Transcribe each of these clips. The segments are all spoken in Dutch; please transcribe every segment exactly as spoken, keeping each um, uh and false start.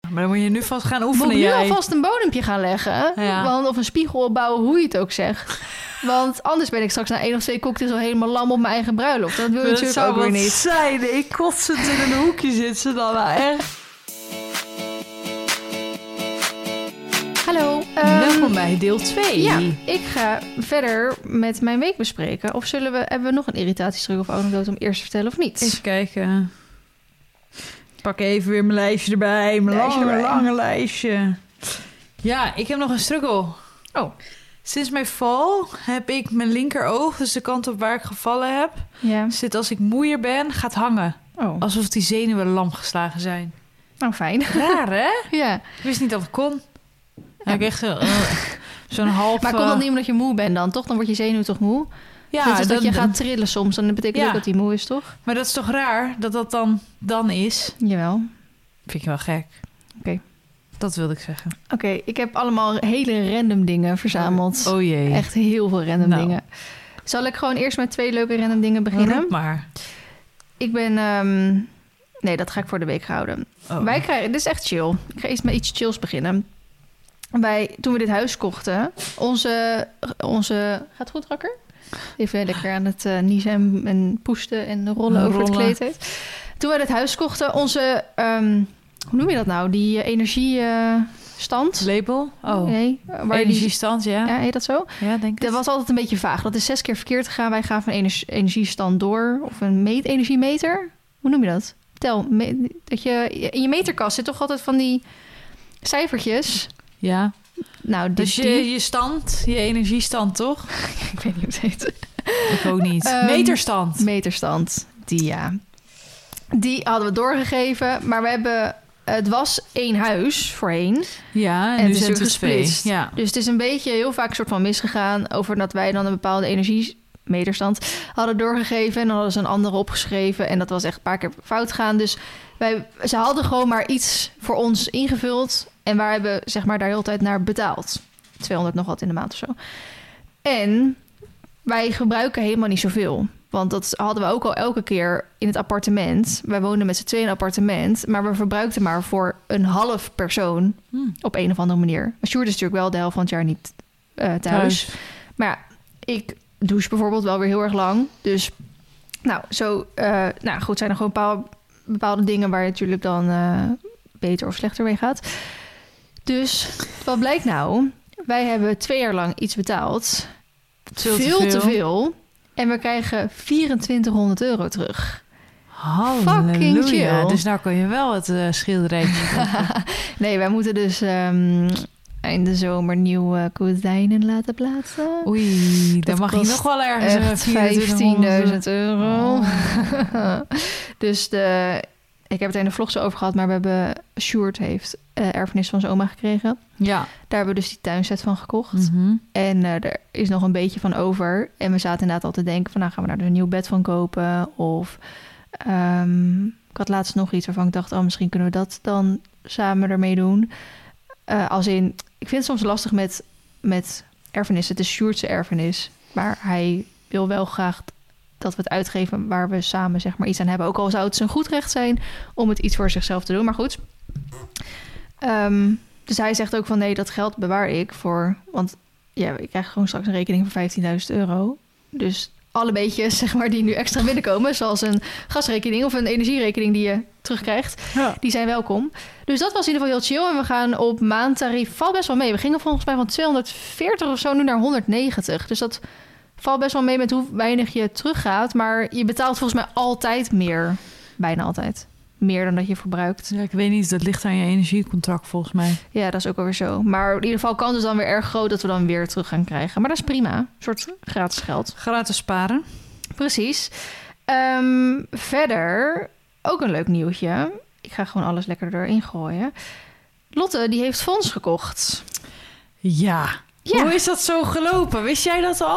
Maar dan moet je nu vast gaan oefenen. Moet ik nu jij. alvast een bodempje gaan leggen. Ja. Want, of een spiegel opbouwen, hoe je het ook zegt. Want anders ben ik straks na één of twee cocktails al helemaal lam op mijn eigen bruiloft. Dat wil je Dat natuurlijk ook zou weer wat niet. zijn. Ik kotsend in een hoekje zit ze dan nou echt. Hallo. Um, Welkom bij deel twee. Ja, ik ga verder met mijn week bespreken. Of zullen we, hebben we nog een irritatiestreuk of anekdote om eerst te vertellen of niet? Even kijken. Ik pak even weer mijn lijstje erbij. Mijn Lijstje lange, erbij. lange lijstje. Ja, ik heb nog een struggle. Oh. Sinds mijn val heb ik mijn linkeroog, dus de kant op waar ik gevallen heb, Ja. zit als ik moeier ben, gaat hangen. Oh. Alsof die zenuwen lam geslagen zijn. Nou, fijn. Raar, hè? Ja. Ik wist niet dat het kon. Ja. Ik echt zo, uh, zo'n half... Maar komt dat uh, niet omdat je moe bent dan, toch? Dan word je zenuw toch moe? Ja, Net als dat, dat je gaat trillen soms. Dan betekent Ja. ook dat hij moe is, toch? Maar dat is toch raar dat dat dan, dan is? Jawel. Vind ik wel gek. Oké. Dat wilde ik zeggen. Oké, ik heb allemaal hele random dingen verzameld. Oh jee. Echt heel veel random Nou. dingen. Zal ik gewoon eerst met twee leuke random dingen beginnen? Roep maar. Ik ben... ehm, Nee, dat ga ik voor de week houden. Oh. Wij krijgen... Dit is echt chill. Ik ga eerst met iets chills beginnen. Wij, toen we dit huis kochten... Onze... onze gaat het goed, Rakker? Even lekker aan het uh, niezen en, en poesten en rollen over het Rollen. kleed heet. Toen we dit huis kochten... Onze... ehm, hoe noem je dat nou? Die uh, energiestand? Label? Oh. Nee, waar die- Energiestand, ja. Ja, heet dat zo? Ja, denk ik. Dat was altijd een beetje vaag. Dat is zes keer verkeerd gegaan. Wij gaven een ener- energiestand door. Of een meet energiemeter. Hoe noem je dat? Tel. Me- dat je, in je meterkast zit toch altijd van die cijfertjes. Ja. Nou, die, Dus je, die- je stand, je energiestand, toch? ik weet niet hoe het heet. Ik ook niet. Ehm, Meterstand. Meterstand. Die, ja. Die hadden we doorgegeven. Maar we hebben... Het was één huis voorheen. Ja, en, En nu het is zijn het weer er twee. gesplitst. Ja. Dus het is een beetje heel vaak een soort van misgegaan... over dat wij dan een bepaalde energiemeterstand hadden doorgegeven... en dan hadden ze een andere opgeschreven... en dat was echt een paar keer fout gegaan. Dus wij, ze hadden gewoon maar iets voor ons ingevuld... en wij hebben zeg maar daar heel de tijd naar betaald. tweehonderd nog wat in de maand of zo. En wij gebruiken helemaal niet zoveel... Want dat hadden we ook al elke keer in het appartement. Wij woonden met z'n tweeën in een appartement... maar we verbruikten maar voor een half persoon... Hm. op een of andere manier. Maar Sjoerd is natuurlijk wel de helft van het jaar niet eh, thuis. Thuis. Maar ja, ik douche bijvoorbeeld wel weer heel erg lang. Dus nou, zo... eh, nou goed, zijn er gewoon bepaalde, bepaalde dingen... waar je natuurlijk dan eh, beter of slechter mee gaat. Dus wat blijkt nou? Wij hebben twee jaar lang iets betaald... Veel te veel veel. te veel... En we krijgen vierentwintighonderd euro terug. Halleluja. Fucking chill. Dus nou kan je wel het uh, schilderijtje kopen. Nee, wij moeten dus um, eind de zomer nieuwe kozijnen laten plaatsen. Oei, Dat dan mag je kost nog wel ergens een Echt vijftienduizend euro. Oh. Dus de, ik heb het in de vlog zo over gehad, maar we hebben... Sjoerd heeft uh, erfenis van zijn oma gekregen. Ja. Daar hebben we dus die tuinset van gekocht. Mm-hmm. En uh, er is nog een beetje van over. En we zaten inderdaad al te denken van... nou gaan we daar een nieuw bed van kopen. Of um, ik had laatst nog iets waarvan ik dacht... oh, misschien kunnen we dat dan samen ermee doen. Uh, als in, ik vind het soms lastig met, met erfenis. Het is Sjoerdse erfenis. Maar hij wil wel graag dat we het uitgeven... waar we samen zeg maar iets aan hebben. Ook al zou het zijn goed recht zijn... om het iets voor zichzelf te doen. Maar goed... Um, Dus hij zegt ook van nee, dat geld bewaar ik voor... Want ja, ik krijg gewoon straks een rekening van vijftienduizend euro. Dus alle beetjes zeg maar, die nu extra binnenkomen... zoals een gasrekening of een energierekening die je terugkrijgt... Ja. die zijn welkom. Dus dat was in ieder geval heel chill. En we gaan op maandtarief... valt best wel mee. We gingen volgens mij van tweehonderdveertig of zo nu naar honderdnegentig. Dus dat valt best wel mee met hoe weinig je teruggaat. Maar je betaalt volgens mij altijd meer. Bijna altijd. Meer dan dat je verbruikt. Ja, ik weet niet, dat ligt aan je energiecontract volgens mij. Ja, dat is ook alweer zo. Maar in ieder geval kans is dan weer erg groot dat we dan weer terug gaan krijgen. Maar dat is prima. Een soort gratis geld. Gratis sparen. Precies. Um, verder, ook een leuk nieuwtje. Ik ga gewoon alles lekker erin gooien. Lotte, die heeft Fons gekocht. Ja. Ja. Hoe is dat zo gelopen? Wist jij dat al?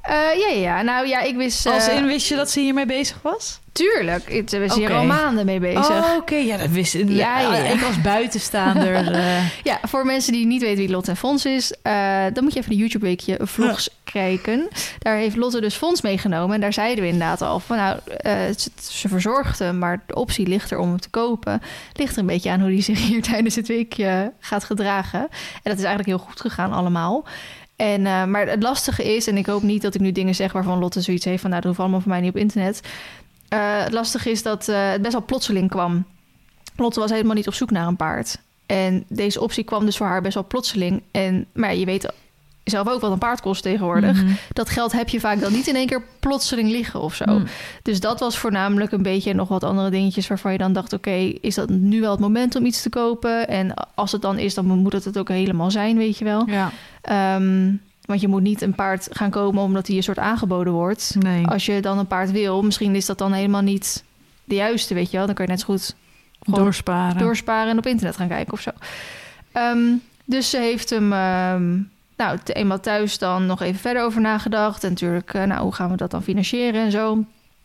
Uh, ja, ja, nou ja, ik wist... Uh, Als in, wist je dat ze hiermee bezig was? Tuurlijk, ik was okay. hier al maanden mee bezig. Oh, oké, okay. Ja, dat wist ik. Ja, ja, ja. Ik als buitenstaander. uh... Ja, voor mensen die niet weten wie Lotte en Fons is... Uh, dan moet je even de YouTube-weekje vlogs ja. kijken. Daar heeft Lotte dus Fons meegenomen. En daar zeiden we inderdaad al van... nou, uh, ze, ze verzorgt hem, maar de optie ligt er om hem te kopen. Ligt er een beetje aan hoe hij zich hier tijdens het weekje gaat gedragen. En dat is eigenlijk heel goed gegaan allemaal. En, uh, maar het lastige is, en ik hoop niet dat ik nu dingen zeg... waarvan Lotte zoiets heeft van... nou, dat hoeft allemaal voor mij niet op internet... Uh, het lastige is dat uh, het best wel plotseling kwam. Lotte was helemaal niet op zoek naar een paard. En deze optie kwam dus voor haar best wel plotseling. En, maar ja, je weet zelf ook wat een paard kost tegenwoordig. Mm-hmm. Dat geld heb je vaak dan niet in één keer plotseling liggen of zo. Mm. Dus dat was voornamelijk een beetje nog wat andere dingetjes... waarvan je dan dacht, oké, okay, is dat nu wel het moment om iets te kopen? En als het dan is, dan moet het het ook helemaal zijn, weet je wel. Ja. Um, Want je moet niet een paard gaan komen omdat hij een soort aangeboden wordt. Nee. Als je dan een paard wil, misschien is dat dan helemaal niet de juiste, weet je wel. Dan kan je net zo goed doorsparen. doorsparen en op internet gaan kijken of zo. Um, dus ze heeft hem, um, nou, eenmaal thuis dan nog even verder over nagedacht. En natuurlijk, uh, nou, hoe gaan we dat dan financieren en zo.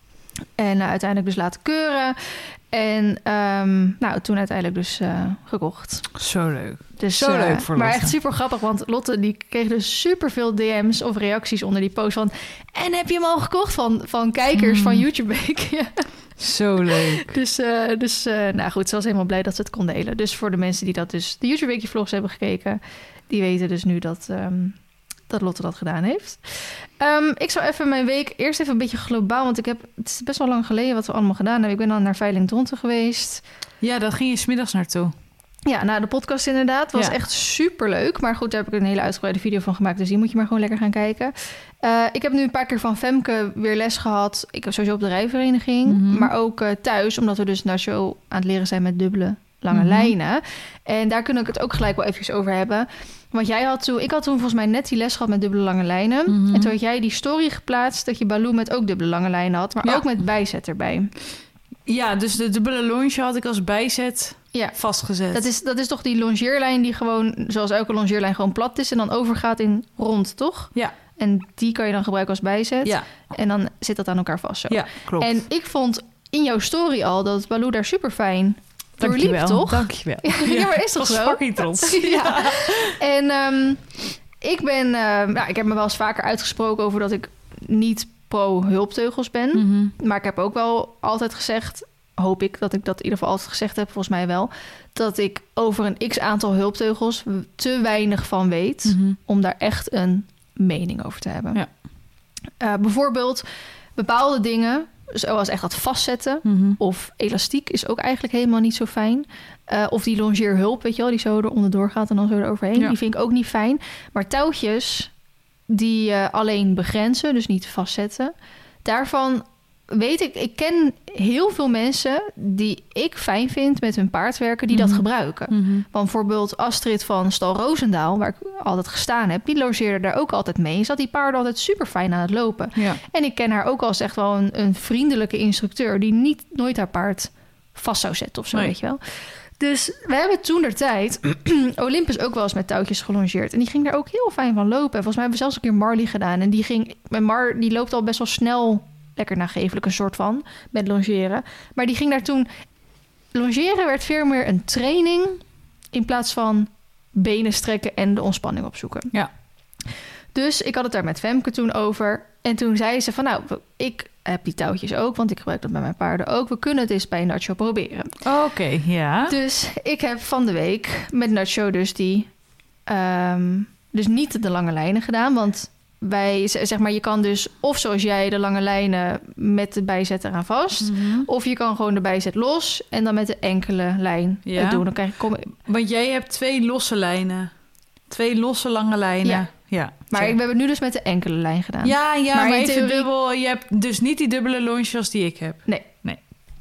En uh, uiteindelijk dus laten keuren. En um, nou, toen uiteindelijk dus uh, gekocht. Zo leuk. Dus, Zo uh, leuk voor Lotte. Maar echt super grappig, want Lotte die kreeg dus super veel D M's of reacties onder die post van... en heb je hem al gekocht van, van kijkers mm. van YouTube Week? Ja. Zo leuk. Dus, uh, dus uh, nou goed, ze was helemaal blij dat ze het kon delen. Dus voor de mensen die dat dus de YouTube Weekje vlogs hebben gekeken... die weten dus nu dat, um, dat Lotte dat gedaan heeft. Um, ik zou even mijn week eerst even een beetje globaal... want ik heb, het is best wel lang geleden wat we allemaal gedaan hebben. Ik ben dan naar Veiling Dronten geweest. Ja, daar ging je 's middags naartoe. Ja, nou, de podcast inderdaad. Was ja. echt superleuk. Maar goed, daar heb ik een hele uitgebreide video van gemaakt. Dus die moet je maar gewoon lekker gaan kijken. Uh, ik heb nu een paar keer van Femke weer les gehad. Ik heb sowieso op de rijvereniging. Mm-hmm. Maar ook uh, thuis, omdat we dus naar show aan het leren zijn met dubbele lange mm-hmm. lijnen. En daar kunnen we het ook gelijk wel even over hebben. Want jij had toen... Ik had toen volgens mij net die les gehad met dubbele lange lijnen. Mm-hmm. En toen had jij die story geplaatst dat je Baloo met ook dubbele lange lijnen had. Maar ja. ook met bijzet erbij. Ja, dus de dubbele longe had ik als bijzet... Ja, vastgezet. Dat is, dat is toch die longeerlijn die gewoon, zoals elke longeerlijn, gewoon plat is en dan overgaat in rond, toch? Ja. En die kan je dan gebruiken als bijzet. Ja. En dan zit dat aan elkaar vast zo. Ja, klopt. En ik vond in jouw story al dat Baloo daar super fijn doorliep, toch? Dankjewel. Ja, ja, maar is toch zo? Fucking trots. ja. ja. En um, ik ben, uh, nou, ik heb me wel eens vaker uitgesproken over dat ik niet pro hulpteugels ben. Mm-hmm. Maar ik heb ook wel altijd gezegd, hoop ik dat ik dat in ieder geval altijd gezegd heb, volgens mij wel, dat ik over een x-aantal hulpteugels te weinig van weet mm-hmm. om daar echt een mening over te hebben. Ja. Uh, bijvoorbeeld bepaalde dingen, zoals echt dat vastzetten mm-hmm. of elastiek is ook eigenlijk helemaal niet zo fijn. Uh, of die longeerhulp, weet je wel, die zo er onderdoor gaat en dan zo eroverheen. Ja. Die vind ik ook niet fijn. Maar touwtjes die uh, alleen begrenzen, dus niet vastzetten, daarvan weet ik, ik ken heel veel mensen die ik fijn vind met hun paardwerken, die mm-hmm. dat gebruiken. Mm-hmm. Want bijvoorbeeld Astrid van Stal Roosendaal, waar ik altijd gestaan heb, die logeerde daar ook altijd mee. Zat die paarden altijd super fijn aan het lopen. Ja. En ik ken haar ook als echt wel een, een vriendelijke instructeur die niet nooit haar paard vast zou zetten of zo, nee. weet je wel. Dus we hebben toen der tijd Olympus ook wel eens met touwtjes gelongeerd. En die ging daar ook heel fijn van lopen. En volgens mij hebben we zelfs een keer Marley gedaan. En die ging, met Mar, die loopt al best wel snel, lekker nagevelijk een soort van, met longeren. Maar die ging daar toen... Longeren werd veel meer een training in plaats van benen strekken en de ontspanning opzoeken. Ja. Dus ik had het daar met Femke toen over. En toen zei ze van, nou, ik heb die touwtjes ook, want ik gebruik dat bij mijn paarden ook. We kunnen het eens bij Nacho proberen. Oké, okay, ja. Dus ik heb van de week met Nacho dus die... Um, dus niet de lange lijnen gedaan, want wij, zeg maar, je kan dus of zoals jij de lange lijnen met de bijzet eraan vast, mm-hmm. of je kan gewoon de bijzet los en dan met de enkele lijn ja. doen. Dan krijg je kom... Want jij hebt twee losse lijnen, twee losse lange lijnen. Ja. Ja, maar ik, we hebben nu dus met de enkele lijn gedaan. Ja, ja, maar, maar even theorie... dubbel. Je hebt dus niet die dubbele longe als die ik heb. Nee. Nee.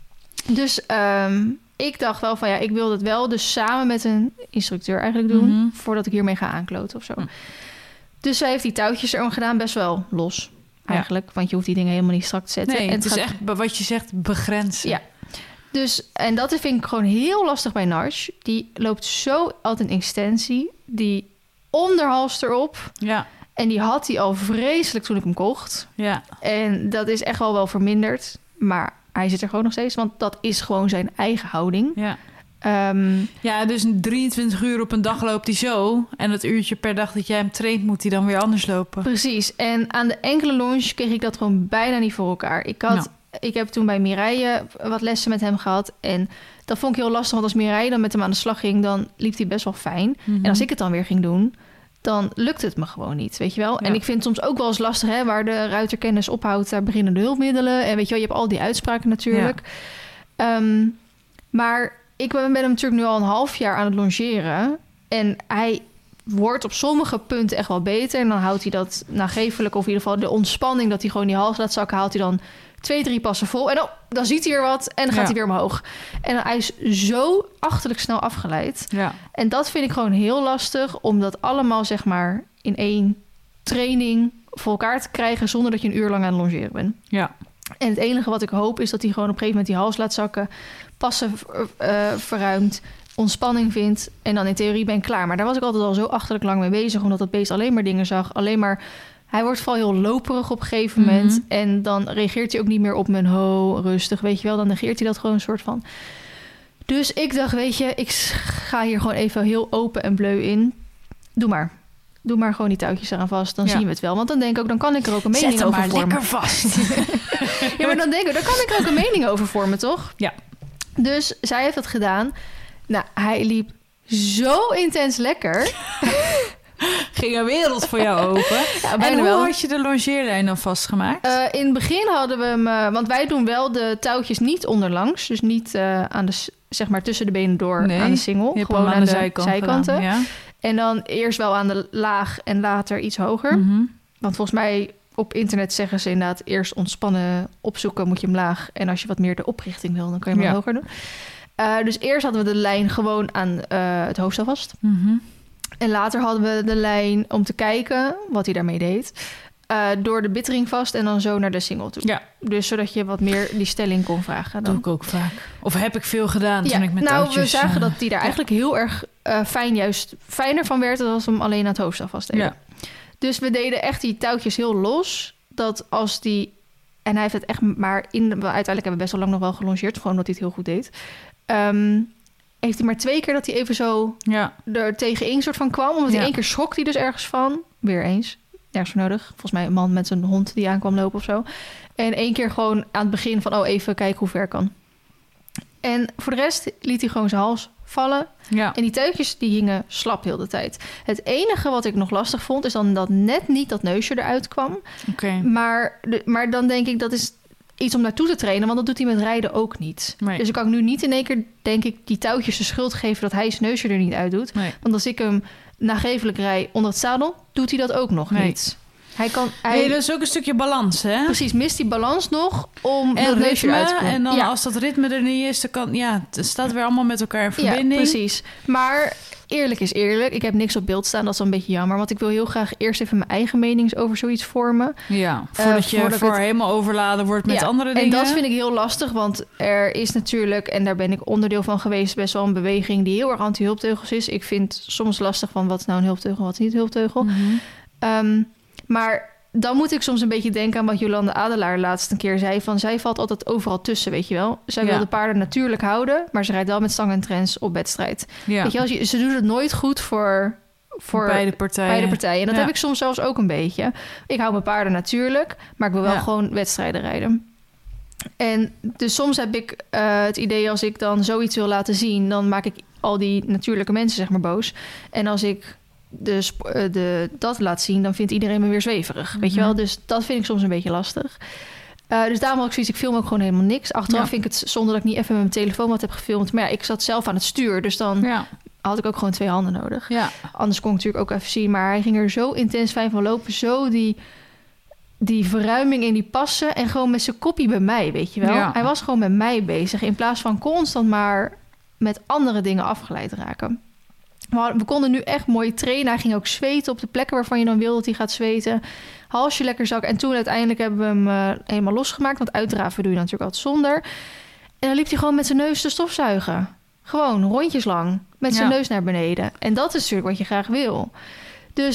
Dus um, ik dacht wel van ja, ik wil het wel dus samen met een instructeur eigenlijk doen, mm-hmm. voordat ik hiermee ga aankloten of zo. Mm. Dus zij heeft die touwtjes erom gedaan, best wel los eigenlijk, ja. Want je hoeft die dingen helemaal niet strak te zetten. Nee, en het, het is gaat... echt wat je zegt begrenzen. Ja. Dus, en dat vind ik gewoon heel lastig bij Nash. Die loopt zo altijd een extensie, die onderhals erop. Ja. En die had hij al vreselijk toen ik hem kocht. Ja. En dat is echt wel wel verminderd. Maar hij zit er gewoon nog steeds. Want dat is gewoon zijn eigen houding. Ja. Um, ja, dus drieëntwintig uur op een dag loopt hij zo. En dat uurtje per dag dat jij hem traint, moet hij dan weer anders lopen. Precies. En aan de enkele longe kreeg ik dat gewoon bijna niet voor elkaar. Ik, had, nou. ik heb toen bij Mireille wat lessen met hem gehad. En dat vond ik heel lastig. Want als Mireille dan met hem aan de slag ging, dan liep hij best wel fijn. Mm-hmm. En als ik het dan weer ging doen, dan lukt het me gewoon niet, weet je wel. Ja. En ik vind het soms ook wel eens lastig, hè, waar de ruiterkennis ophoudt, daar beginnen de hulpmiddelen. En weet je wel, je hebt al die uitspraken natuurlijk. Ja. Um, maar ik ben hem natuurlijk nu al een half jaar aan het longeren. En hij wordt op sommige punten echt wel beter. En dan houdt hij dat nagevelijk, of in ieder geval de ontspanning, dat hij gewoon die hals laat zakken, houdt hij dan twee, drie passen vol. En oh, dan ziet hij er wat en dan gaat ja. hij weer omhoog. En hij is zo achterlijk snel afgeleid. Ja. En dat vind ik gewoon heel lastig, om dat allemaal zeg maar in één training voor elkaar te krijgen, zonder dat je een uur lang aan het longeren bent. Ja. En het enige wat ik hoop is dat hij gewoon op een gegeven moment die hals laat zakken, passen uh, verruimt, ontspanning vindt. En dan in theorie ben ik klaar. Maar daar was ik altijd al zo achterlijk lang mee bezig, omdat dat beest alleen maar dingen zag. Alleen maar, hij wordt vooral heel loperig op een gegeven moment. Mm-hmm. En dan reageert hij ook niet meer op mijn ho, rustig, weet je wel. Dan negeert hij dat gewoon een soort van. Dus ik dacht, weet je, ik ga hier gewoon even heel open en bleu in. Doe maar. Doe maar gewoon die touwtjes eraan vast. Dan ja. zien we het wel. Want dan denk ik ook, dan kan ik er ook een mening Zet hem over maar vormen. Lekker vast. Ja, maar dan denk ik, dan kan ik er ook een mening over vormen, toch? Ja. Dus zij heeft dat gedaan. Nou, hij liep zo intens lekker. Ging een wereld voor jou open. Ja, en hoe wel. Had je de longeerlijn dan vastgemaakt? Uh, in het begin hadden we hem... Uh, want wij doen wel de touwtjes niet onderlangs. Dus niet uh, aan de, zeg maar tussen de benen door nee, aan de singel. Gewoon aan, aan de, de zijkant zijkanten. Gedaan, ja. En dan eerst wel aan de laag en later iets hoger. Mm-hmm. Want volgens mij op internet zeggen ze inderdaad eerst ontspannen opzoeken, moet je hem laag. En als je wat meer de oprichting wil, dan kan je hem ja. hoger doen. Uh, dus eerst hadden we de lijn gewoon aan uh, het hoofdstel vast. Mm-hmm. En later hadden we de lijn om te kijken wat hij daarmee deed. Uh, door de bittering vast en dan zo naar de single toe. Ja. Dus zodat je wat meer die stelling kon vragen. Dan. Doe ik ook vaak. Of heb ik veel gedaan ja, toen ik met nou, touwtjes... we zagen uh, dat hij daar ja. eigenlijk heel erg uh, fijn, juist fijner van werd, dan als we hem alleen aan het hoofdstel vastdeden. Ja. Dus we deden echt die touwtjes heel los. Dat als die... En hij heeft het echt maar in... Uiteindelijk hebben we best wel lang nog wel gelongeerd. Gewoon omdat hij het heel goed deed. Um, heeft hij maar twee keer dat hij even zo ja. er tegenin soort van kwam. Omdat ja. hij één keer schrok hij dus ergens van. Weer eens. Nergens voor nodig. Volgens mij een man met zijn hond die aankwam lopen of zo. En één keer gewoon aan het begin van... oh, even kijken hoe ver kan. En voor de rest liet hij gewoon zijn hals vallen. Ja. En die touwtjes die hingen slap heel de tijd. Het enige wat ik nog lastig vond... is dan dat net niet dat neusje eruit kwam. Okay. Maar, de, maar dan denk ik, dat is iets om naartoe te trainen... want dat doet hij met rijden ook niet. Nee. Dus ik kan nu niet in één keer, denk ik... die touwtjes de schuld geven dat hij zijn neusje er niet uit doet. Nee. Want als ik hem nagevelijk rij onder het zadel... doet hij dat ook nog nee. niet. Hij kan, hij... Nee, dat is ook een stukje balans, hè? Precies, mist die balans nog om en dat neusje ritme, eruit te komen. En dan ja. als dat ritme er niet is, dan kan... Ja, het staat weer allemaal met elkaar in verbinding. Ja, precies. Maar eerlijk is eerlijk. Ik heb niks op beeld staan, dat is wel een beetje jammer. Want ik wil heel graag eerst even mijn eigen mening over zoiets vormen. Ja, voordat uh, je voordat voor het... helemaal overladen wordt met ja, andere dingen. En dat vind ik heel lastig, want er is natuurlijk... en daar ben ik onderdeel van geweest... best wel een beweging die heel erg anti-hulpteugels is. Ik vind soms lastig van wat is nou een hulpteugel, wat is niet een hulpteugel. Mm-hmm. Um, maar... dan moet ik soms een beetje denken aan wat Jolande Adelaar laatst een keer zei. Van zij valt altijd overal tussen, weet je wel. Zij ja. wil de paarden natuurlijk houden, maar ze rijdt wel met stang en trends op wedstrijd. Ja. Weet je wel, ze doet het nooit goed voor, voor beide partijen. Beide partijen. En dat ja. heb ik soms zelfs ook een beetje. Ik hou mijn paarden natuurlijk, maar ik wil wel ja. gewoon wedstrijden rijden. En dus soms heb ik uh, het idee, als ik dan zoiets wil laten zien... dan maak ik al die natuurlijke mensen zeg maar boos. En als ik... De, de, dat laat zien, dan vindt iedereen me weer zweverig. Mm-hmm. Weet je wel? Dus dat vind ik soms een beetje lastig. Uh, dus daarom had ik zoiets, ik film ook gewoon helemaal niks. Achteraf ja. vind ik het zonder dat ik niet even met mijn telefoon wat heb gefilmd. Maar ja, ik zat zelf aan het stuur. Dus dan ja. had ik ook gewoon twee handen nodig. Ja. Anders kon ik natuurlijk ook even zien. Maar hij ging er zo intens fijn van lopen. Zo die, die verruiming in die passen. En gewoon met zijn koppie bij mij, weet je wel. Ja. Hij was gewoon met mij bezig. In plaats van constant maar met andere dingen afgeleid raken. Maar we konden nu echt mooi trainen. Hij ging ook zweten op de plekken waarvan je dan wil dat hij gaat zweten. Halsje lekker zak. En toen uiteindelijk hebben we hem uh, helemaal losgemaakt. Want uitdraven doe je natuurlijk altijd zonder. En dan liep hij gewoon met zijn neus te stofzuigen. Gewoon rondjes lang. Met zijn ja. neus naar beneden. En dat is natuurlijk wat je graag wil. Dus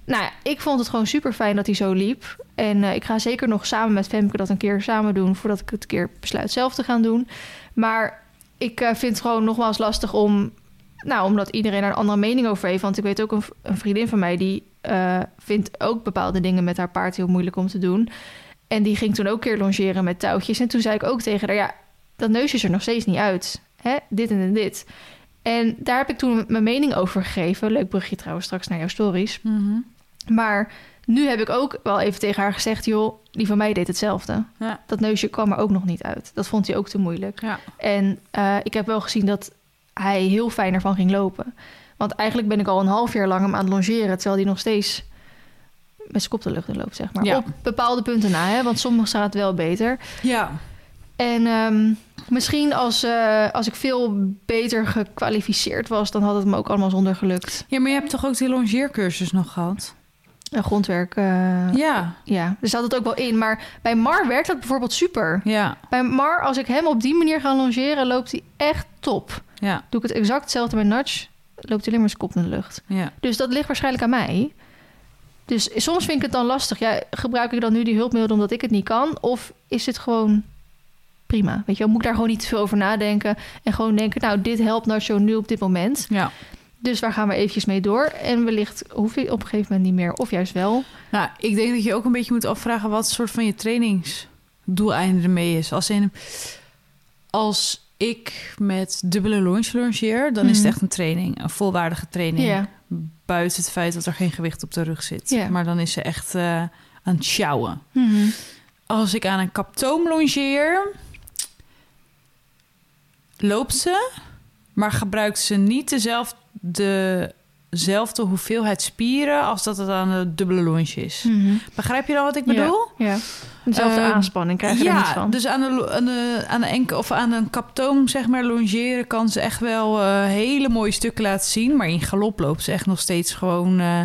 nou ja, ik vond het gewoon super fijn dat hij zo liep. En uh, ik ga zeker nog samen met Femke dat een keer samen doen... voordat ik het een keer besluit zelf te gaan doen. Maar ik uh, vind het gewoon nogmaals lastig om... Nou, omdat iedereen er een andere mening over heeft. Want ik weet ook een, een vriendin van mij... die uh, vindt ook bepaalde dingen met haar paard heel moeilijk om te doen. En die ging toen ook een keer longeren met touwtjes. En toen zei ik ook tegen haar... ja, dat neusje is er nog steeds niet uit. Hè? Dit en dit. En daar heb ik toen mijn mening over gegeven. Leuk brugje trouwens straks naar jouw stories. Mm-hmm. Maar nu heb ik ook wel even tegen haar gezegd... joh, die van mij deed hetzelfde. Ja. Dat neusje kwam er ook nog niet uit. Dat vond hij ook te moeilijk. Ja. En uh, ik heb wel gezien dat hij heel fijn ervan ging lopen. Want eigenlijk ben ik al een half jaar lang hem aan het longeren... terwijl hij nog steeds met zijn kop de lucht in loopt, zeg maar. Ja. Op bepaalde punten na, hè? Want sommige gaat het wel beter. Ja. En um, misschien als, uh, als ik veel beter gekwalificeerd was... dan had het me ook allemaal zonder gelukt. Ja, maar je hebt toch ook die longeercursus nog gehad? Een grondwerk. Uh, Ja. Ja, er zat het ook wel in. Maar bij Mar werkt dat bijvoorbeeld super. Ja. Bij Mar, als ik hem op die manier ga longeren... loopt hij echt top. Ja. Doe ik het exact hetzelfde met Nudge... loopt hij alleen maar zijn kop in de lucht. Ja. Dus dat ligt waarschijnlijk aan mij. Dus soms vind ik het dan lastig. Ja, gebruik ik dan nu die hulpmiddelen omdat ik het niet kan? Of is het gewoon prima? Weet je wel, moet ik daar gewoon niet te veel over nadenken... en gewoon denken, nou, dit helpt Nacho nu op dit moment. Ja. Dus waar gaan we eventjes mee door? En wellicht hoef je op een gegeven moment niet meer. Of juist wel. Nou, ik denk dat je ook een beetje moet afvragen... wat soort van je trainingsdoeleinde ermee is. Als, in, als ik met dubbele longe longeer... dan mm. is het echt een training. Een volwaardige training. Ja. Buiten het feit dat er geen gewicht op de rug zit. Ja. Maar dan is ze echt uh, aan het sjouwen. Mm-hmm. Als ik aan een kaptoom longeer... loopt ze... maar gebruikt ze niet dezelfde, dezelfde hoeveelheid spieren... als dat het aan de dubbele longe is. Mm-hmm. Begrijp je dan wat ik bedoel? Ja, ja. Dezelfde uh, aanspanning krijg je ja, er niet van. Dus aan de, aan de, aan de enkel, of aan een kaptoom, zeg maar, longeren... kan ze echt wel uh, hele mooie stukken laten zien... maar in galop loopt ze echt nog steeds gewoon... Uh,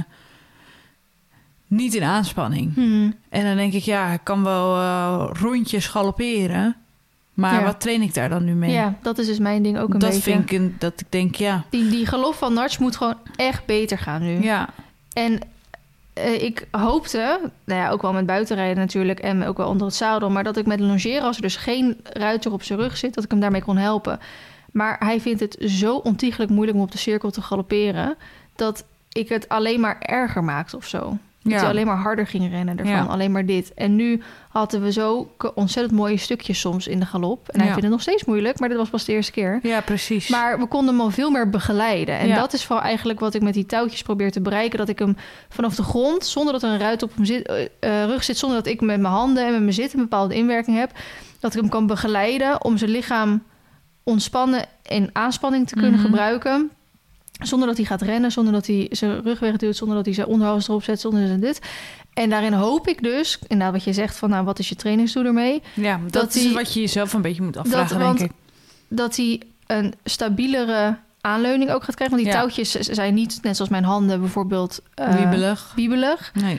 niet in aanspanning. Mm-hmm. En dan denk ik, ja, ik kan wel uh, rondjes galopperen... maar ja. wat train ik daar dan nu mee? Ja, dat is dus mijn ding ook een dat beetje. Dat vind ik, een, dat ik denk, ja... Die, die galop van Nudge moet gewoon echt beter gaan nu. Ja. En uh, ik hoopte, nou ja, ook wel met buitenrijden natuurlijk... en ook wel onder het zadel... maar dat ik met longeren, als er dus geen ruiter op zijn rug zit... dat ik hem daarmee kon helpen. Maar hij vindt het zo ontiegelijk moeilijk om op de cirkel te galopperen... dat ik het alleen maar erger maakte of zo. Dat ja. hij alleen maar harder ging rennen ervan, ja. alleen maar dit. En nu hadden we zo ontzettend mooie stukjes soms in de galop. En hij ja. vindt het nog steeds moeilijk, maar dit was pas de eerste keer. Ja, precies. Maar we konden hem al veel meer begeleiden. En ja. dat is vooral eigenlijk wat ik met die touwtjes probeer te bereiken. Dat ik hem vanaf de grond, zonder dat er een ruit op hem zit, uh, rug zit... zonder dat ik met mijn handen en met mijn zit een bepaalde inwerking heb... dat ik hem kan begeleiden om zijn lichaam ontspannen en aanspanning te kunnen mm-hmm. gebruiken... Zonder dat hij gaat rennen, zonder dat hij zijn rug wegduwt... zonder dat hij zijn onderhoud erop zet, zonder dat dit. En daarin hoop ik dus, inderdaad wat je zegt... van nou, wat is je trainingsdoel ermee? Ja, dat, dat is die, wat je jezelf een beetje moet afvragen, dat, denk ik. Dat hij een stabielere aanleuning ook gaat krijgen. Want die ja. touwtjes zijn niet, net zoals mijn handen bijvoorbeeld... Uh, wiebelig. wiebelig. Nee.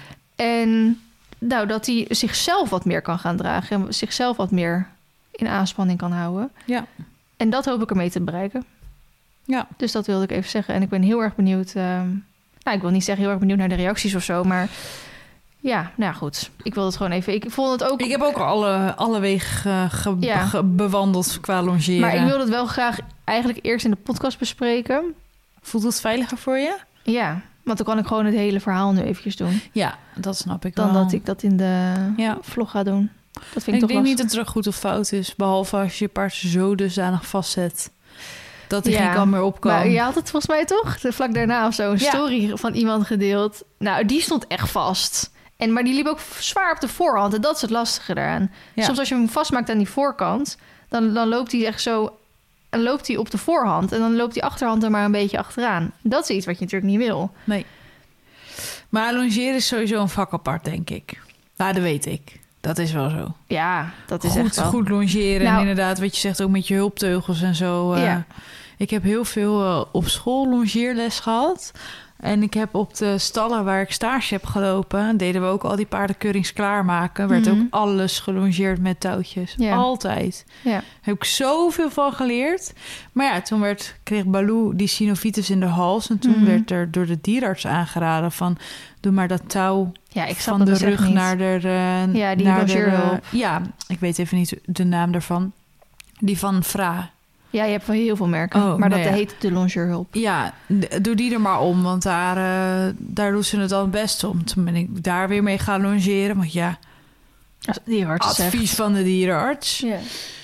En nou, dat hij zichzelf wat meer kan gaan dragen... en zichzelf wat meer in aanspanning kan houden. Ja. En dat hoop ik ermee te bereiken. Ja. Dus dat wilde ik even zeggen. En ik ben heel erg benieuwd... Uh, nou, ik wil niet zeggen heel erg benieuwd naar de reacties of zo, maar... Ja, nou ja, goed. Ik wilde het gewoon even... Ik vond het ook... Ik heb ook alle, alle wegen ge, ja. ge, bewandeld qua longeren. Maar ik wilde het wel graag eigenlijk eerst in de podcast bespreken. Voelt het veiliger voor je? Ja, want dan kan ik gewoon het hele verhaal nu eventjes doen. Ja, dat snap ik dan wel. Dan dat ik dat in de ja. vlog ga doen. Dat vind ik, ik toch denk lastig. niet dat er goed of fout is. Behalve als je je paard zo dusdanig vastzet... dat er ja, geen kan meer op kan. Maar je had het volgens mij toch? De vlak daarna of zo een ja. story van iemand gedeeld. Nou, die stond echt vast. En, maar die liep ook zwaar op de voorhand. En dat is het lastige daaraan. Ja. Soms als je hem vastmaakt aan die voorkant... dan, dan loopt hij echt zo... en loopt hij op de voorhand. En dan loopt die achterhand er maar een beetje achteraan. Dat is iets wat je natuurlijk niet wil. Nee. Maar longeren is sowieso een vak apart, denk ik. Nou, dat weet ik. Dat is wel zo. Ja, dat is goed, echt wel. Goed longeren. Nou, en inderdaad, wat je zegt, ook met je hulpteugels en zo. Uh, ja. Ik heb heel veel uh, op school longeerles gehad. En ik heb op de stallen waar ik stage heb gelopen... deden we ook al die paardenkeurings klaarmaken. Werd Mhm. ook alles gelongeerd met touwtjes. Ja. Altijd. Ja. Heb ik zoveel van geleerd. Maar ja, toen werd, kreeg Baloo die synovitis in de hals. En toen Mhm. werd er door de dierarts aangeraden van... doe maar dat touw Ja, ik snap van dat de dus echt rug niet. naar de... eh, Ja, die naar de, longeerhulp. Ja, ik weet even niet de naam daarvan. Die van Fra. Ja, je hebt wel heel veel merken. Oh, maar nou dat ja. heet de longeurhulp. Ja, d- doe die er maar om, want daar, uh, daar doen ze het dan het beste om. Toen ben ik daar weer mee gaan longeren. Want ja, Als dierarts advies zegt. van de dierenarts. Ja.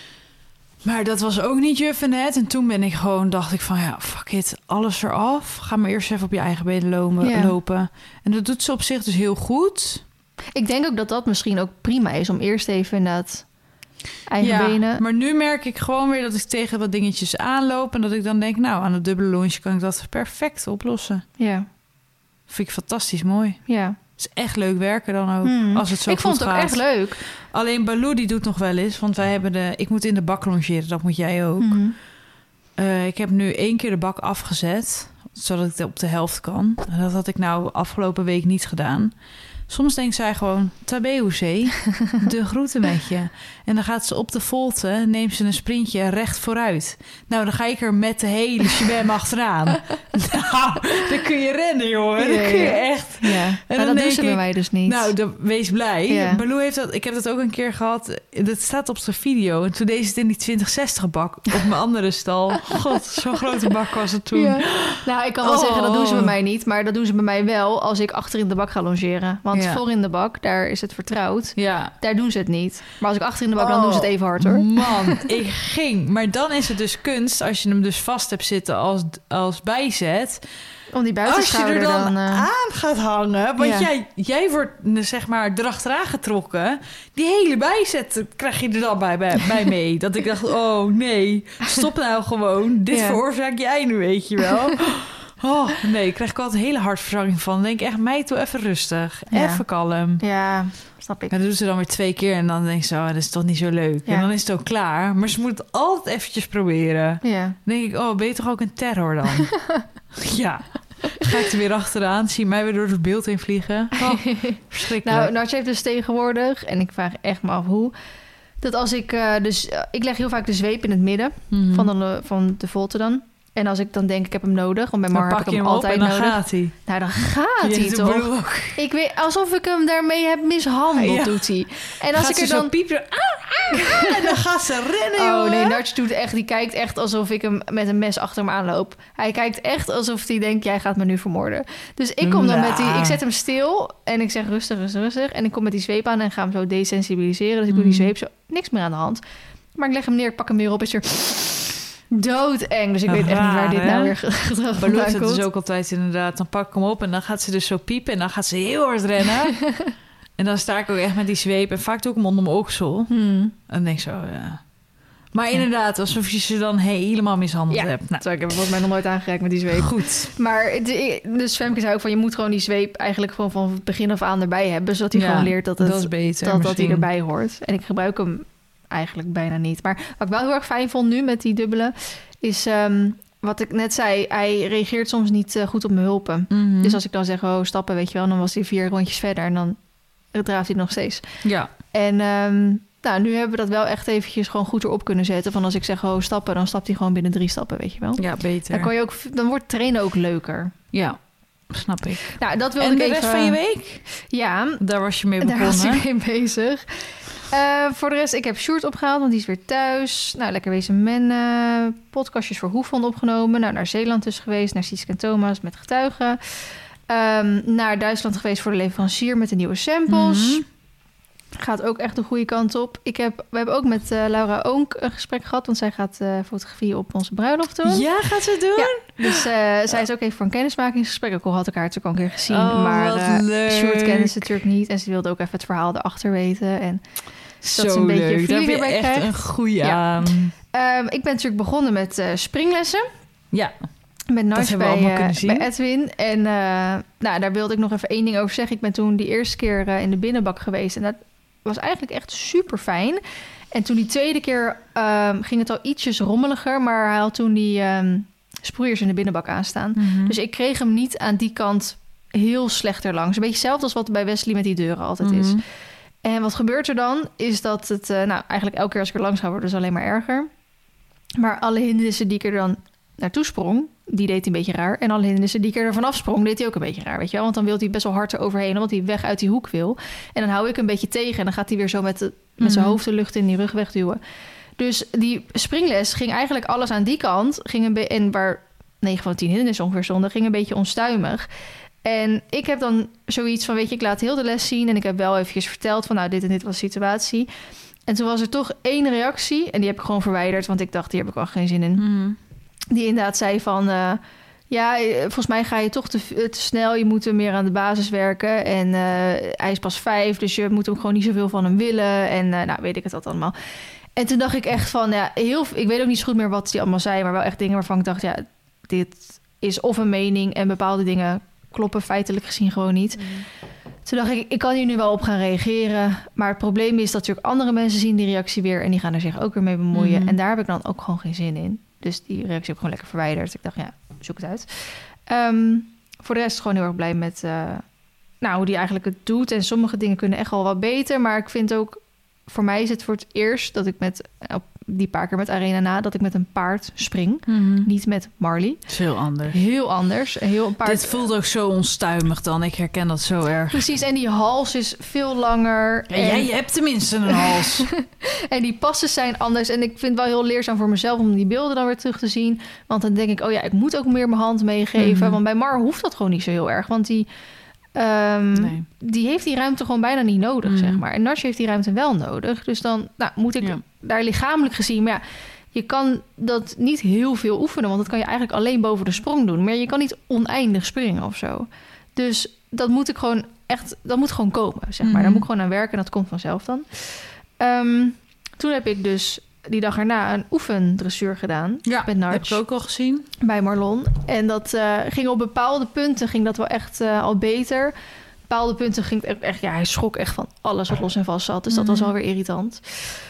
Maar dat was ook niet juf en het. En toen ben ik gewoon, dacht ik van ja, fuck it, alles eraf. Ga maar eerst even op je eigen benen lopen. Ja. lopen. En dat doet ze op zich dus heel goed. Ik denk ook dat dat misschien ook prima is om eerst even inderdaad eigen ja, benen. maar nu merk ik gewoon weer dat ik tegen wat dingetjes aanloop. En dat ik dan denk, nou, aan het dubbele longe kan ik dat perfect oplossen. Ja, Vind ik fantastisch mooi. ja. Het is echt leuk werken dan ook, Hmm. als het zo Ik goed vond het ook gaat. echt leuk. Alleen Baloo die doet nog wel eens, want wij hebben de... Ik moet in de bak longeren, dat moet jij ook. Mhm. Uh, ik heb nu één keer de bak afgezet, zodat ik het op de helft kan. En dat had ik nou afgelopen week niet gedaan. Soms denkt zij gewoon, Tabeuze, de groeten met je. En dan gaat ze op de volte, neemt ze een sprintje recht vooruit. Nou, dan ga ik er met de hele shabam achteraan. Nou, dan kun je rennen, jongen. Dan kun je echt... Ja, En maar dan dat doen denk ze bij ik, mij dus niet. Nou, dan, wees blij. Ja. Baloo heeft dat... Ik heb dat ook een keer gehad. Dat staat op zijn video. En toen deed ze het in die twintig zestig bak op mijn andere stal. God, zo'n grote bak was het toen. Ja. Nou, ik kan wel Oh. zeggen, dat doen ze bij mij niet. Maar dat doen ze bij mij wel als ik achter in de bak ga longeren. Want Ja. voor in de bak, daar is het vertrouwd. Ja. Daar doen ze het niet. Maar als ik achter in de bak, dan doen ze het even hard, hoor. Man, ik ging. Maar dan is het dus kunst, als je hem dus vast hebt zitten als, als bijzet. Om die Als je buitenschouder er dan, dan... eh, aan gaat hangen, want Ja. jij, jij wordt zeg maar erachteraan getrokken. Die hele bijzet krijg je er dan bij, bij, bij mee. Dat ik dacht, oh nee, stop nou gewoon. Dit Ja. veroorzaak jij nu, weet je wel. Oh, nee, ik krijg ik altijd een hele hartverzakking van. Dan denk ik echt, meid, doe even rustig. Ja. Even kalm. Ja, snap ik. En dat doen ze dan weer twee keer en dan denk je zo, oh, dat is toch niet zo leuk. Ja. En dan is het ook klaar. Maar ze moeten het altijd eventjes proberen. Ja. Dan denk ik, oh, ben je toch ook een terror dan? Ja. Ga ik er weer achteraan, zie mij weer door het beeld heen vliegen. Oh, verschrikkelijk. Nou, Nartje heeft dus tegenwoordig, en ik vraag echt me af hoe... dat als ik uh, dus... Uh, ik leg heel vaak de zweep in het midden Mhm. van, de, van de volte dan. En als ik dan denk, ik heb hem nodig... want bij dan Mar heb pak ik je hem hem op altijd en dan nodig. gaat hij. Nou, dan gaat Je hij hebt toch? hem ook. Ik weet, alsof ik hem daarmee heb mishandeld, Ja. doet hij. En als Gaat ik ze er zo dan... piepen, ah, ah, ah, en dan gaat ze rennen, Oh jongen. nee, Nartje doet echt, die kijkt echt alsof ik hem met een mes achter hem aanloop. Hij kijkt echt alsof hij denkt, jij gaat me nu vermoorden. Dus ik kom dan Nou. met die, ik zet hem stil en ik zeg rustig, rustig, rustig. En ik kom met die zweep aan en ga hem zo desensibiliseren. Dus ik doe die Mm. zweep zo, niks meer aan de hand. Maar ik leg hem neer, ik pak hem weer op, is er doodeng. Dus ik weet echt niet waar Raar, dit hè? nou weer gedrag Baloo vandaan heeft het komt. dus ook altijd inderdaad. Dan pak ik hem op en dan gaat ze dus zo piepen. En dan gaat ze heel hard rennen. En dan sta ik ook echt met die zweep. En vaak doe ik hem onder mijn oksel. Hmm. En dan denk ik zo, ja. Maar inderdaad, alsof je ze dan helemaal mishandeld Ja, hebt. Nou, Zo, ik heb hem volgens mij nog nooit aangeraakt met die zweep. goed. Maar de, dus Femke zei ook van... je moet gewoon die zweep eigenlijk gewoon van het begin af aan erbij hebben... zodat hij Ja, gewoon leert dat, het, dat is beter dat, dat hij misschien. erbij hoort. En ik gebruik hem eigenlijk bijna niet. Maar wat ik wel heel erg fijn vond nu met die dubbele... is um, wat ik net zei... hij reageert soms niet uh, goed op mijn hulpen. Mhm. Dus als ik dan zeg, oh, stappen, weet je wel... dan was hij vier rondjes verder en dan draaft hij nog steeds. Ja. En... Um, nou, nu hebben we dat wel echt eventjes gewoon goed erop kunnen zetten. Van als ik zeg, oh, stappen, dan stapt hij gewoon binnen drie stappen, weet je wel. Ja, beter. Dan, kan je ook, dan wordt trainen ook leuker. Ja, snap ik. Nou, dat wilde En ik de even... rest van je week? Ja, Daar was je mee daar was begonnen. ik mee bezig. Uh, voor de rest, ik heb Sjoerd opgehaald, want die is weer thuis. Nou, lekker wezen mennen. Podcastjes voor Hoefhond opgenomen. Nou, naar Zeeland dus geweest. Naar Sieske en Thomas met getuigen. Um, naar Duitsland geweest voor de leverancier met de nieuwe samples. Mhm. Gaat ook echt de goede kant op. Ik heb, we hebben ook met uh, Laura Oonk een gesprek gehad... want zij gaat uh, fotografie op onze bruiloft doen. Ja, gaat ze het doen? Ja, dus uh, zij is ook even voor een kennismakingsgesprek. Ook al had ik haar natuurlijk al een keer gezien. Oh, maar wat uh, leuk. Sjoerd kende ze natuurlijk niet. En ze wilde ook even het verhaal erachter weten. En Zo dat ze een beetje leuk. Daar feeling heb je erbij echt krijgt. een goeie Ja. aan. Um, ik ben natuurlijk begonnen met uh, springlessen. Ja. Met Nars hebben we bij, allemaal uh, kunnen zien. bij Edwin. En uh, nou, daar wilde ik nog even één ding over zeggen. Ik ben toen die eerste keer uh, in de binnenbak geweest. En dat was eigenlijk echt super fijn. En toen die tweede keer um, ging het al ietsjes rommeliger. Maar hij had toen die um, sproeiers in de binnenbak aanstaan. Mm-hmm. Dus ik kreeg hem niet aan die kant heel slechter langs. Een beetje hetzelfde als wat bij Wesley met die deuren altijd mm-hmm. is. En wat gebeurt er dan? Is dat het, uh, nou eigenlijk elke keer als ik er langs ga, wordt het dus alleen maar erger. Maar alle hindernissen die ik er dan naartoe sprong, die deed hij een beetje raar. En alle hindernissen die ik er vanaf sprong, deed hij ook een beetje raar, weet je wel. Want dan wil hij best wel hard eroverheen, omdat hij weg uit die hoek wil. En dan hou ik een beetje tegen en dan gaat hij weer zo met, de, met mm-hmm. zijn hoofd de lucht in die rug wegduwen. Dus die springles ging eigenlijk alles aan die kant. Ging een be- en waar negen van de tien hindernissen ongeveer stonden, ging een beetje onstuimig. En ik heb dan zoiets van, weet je, ik laat heel de les zien. En ik heb wel eventjes verteld van, nou, dit en dit was de situatie. En toen was er toch één reactie. En die heb ik gewoon verwijderd, want ik dacht, hier heb ik wel geen zin in. Mm. Die inderdaad zei van, uh, ja, volgens mij ga je toch te, te snel. Je moet meer aan de basis werken. En uh, hij is pas vijf, dus je moet hem gewoon niet zoveel van hem willen. En uh, nou, weet ik het dat allemaal. En toen dacht ik echt van, ja, heel, ik weet ook niet zo goed meer wat die allemaal zei, maar wel echt dingen waarvan ik dacht, ja, dit is of een mening en bepaalde dingen kloppen feitelijk gezien gewoon niet. Mm. Toen dacht ik, ik kan hier nu wel op gaan reageren, maar het probleem is dat natuurlijk andere mensen zien die reactie weer en die gaan er zich ook weer mee bemoeien. Mm. En daar heb ik dan ook gewoon geen zin in. Dus die reactie heb ik gewoon lekker verwijderd. Ik dacht, ja, zoek het uit. Um, voor de rest gewoon heel erg blij met uh, nou, hoe die eigenlijk het doet. En sommige dingen kunnen echt wel wat beter, maar ik vind ook, voor mij is het voor het eerst dat ik met, op die paar keer met Arena na, dat ik met een paard spring. Mm-hmm. Niet met Marley. Het is heel anders. Heel anders. Heel een paard... Dit voelt ook zo onstuimig dan. Ik herken dat zo erg. Precies, en die hals is veel langer. Ja, en... Jij hebt tenminste een hals. En die passen zijn anders. En ik vind het wel heel leerzaam voor mezelf om die beelden dan weer terug te zien. Want dan denk ik, oh ja, ik moet ook meer mijn hand meegeven. Mm-hmm. Want bij Mar hoeft dat gewoon niet zo heel erg. Want die... Um, nee. Die heeft die ruimte gewoon bijna niet nodig, mm. zeg maar. En Narsje heeft die ruimte wel nodig. Dus dan nou, moet ik ja. daar lichamelijk gezien... Maar ja, je kan dat niet heel veel oefenen... want dat kan je eigenlijk alleen boven de sprong doen. Maar je kan niet oneindig springen of zo. Dus dat moet ik gewoon echt... Dat moet gewoon komen, zeg maar. Mm. Daar moet ik gewoon aan werken en dat komt vanzelf dan. Um, toen heb ik dus die dag erna een oefendressuur gedaan. Ja, met Nartje, heb ik ook al gezien. Bij Marlon. En dat uh, ging op bepaalde punten ging dat wel echt uh, al beter. Bepaalde punten ging het echt... Ja, hij schrok echt van alles wat los en vast zat. Dus dat mm. was wel weer irritant.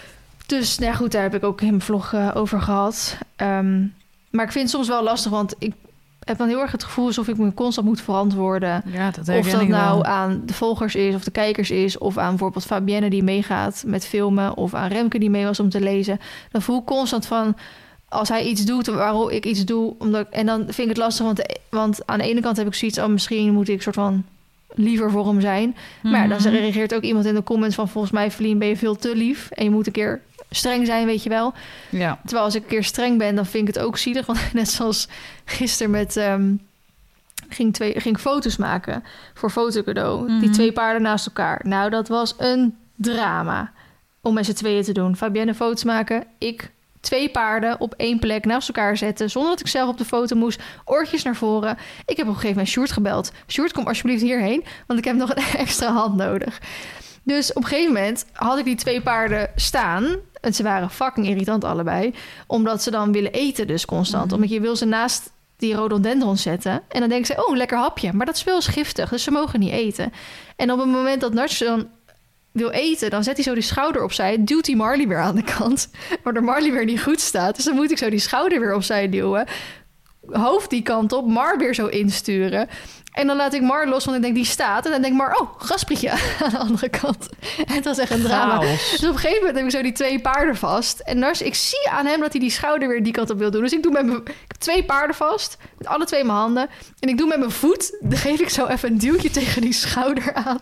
Dus nou goed, daar heb ik ook in mijn vlog uh, over gehad. Um, maar ik vind het soms wel lastig, want ik heb dan heel erg het gevoel alsof ik me constant moet verantwoorden. Ja, dat of dat ik nou wel. aan de volgers is of de kijkers is, of aan bijvoorbeeld Fabienne die meegaat met filmen, of aan Remke die mee was om te lezen. Dan voel ik constant van, als hij iets doet, waarom ik iets doe. Omdat ik, en dan vind ik het lastig, want, want aan de ene kant heb ik zoiets, oh, misschien moet ik soort van liever voor hem zijn. Mm-hmm. Maar ja, dan reageert ook iemand in de comments van, volgens mij, Feline, ben je veel te lief en je moet een keer streng zijn, weet je wel. Ja. Terwijl als ik een keer streng ben, dan vind ik het ook zielig. Want net zoals gisteren met... Um, ging, twee, ging foto's maken voor fotocadeau. Mm-hmm. Die twee paarden naast elkaar. Nou, dat was een drama om met z'n tweeën te doen. Fabienne foto's maken, ik twee paarden op één plek naast elkaar zetten, zonder dat ik zelf op de foto moest. Oortjes naar voren. Ik heb op een gegeven moment Sjoerd gebeld. Sjoerd, kom alsjeblieft hierheen, want ik heb nog een extra hand nodig. Dus op een gegeven moment had ik die twee paarden staan. En ze waren fucking irritant allebei. Omdat ze dan willen eten dus constant. Mm-hmm. Omdat je wil ze naast die rhododendron zetten. En dan denken ze, oh, lekker hapje. Maar dat is wel giftig, dus ze mogen niet eten. En op het moment dat Narsje dan wil eten, dan zet hij zo die schouder opzij. Duwt hij Marley weer aan de kant. Waardoor Marley weer niet goed staat. Dus dan moet ik zo die schouder weer opzij duwen. Hoofd die kant op, Mar weer zo insturen. En dan laat ik Mar los, want ik denk, die staat. En dan denk ik Mar, oh, grasprietje aan de andere kant. En het was echt een drama. Chaos. Dus op een gegeven moment heb ik zo die twee paarden vast. En Nars, ik zie aan hem dat hij die schouder weer die kant op wil doen. Dus ik doe met mijn... Ik heb twee paarden vast, met alle twee mijn handen. En ik doe met mijn voet, dan geef ik zo even een duwtje tegen die schouder aan.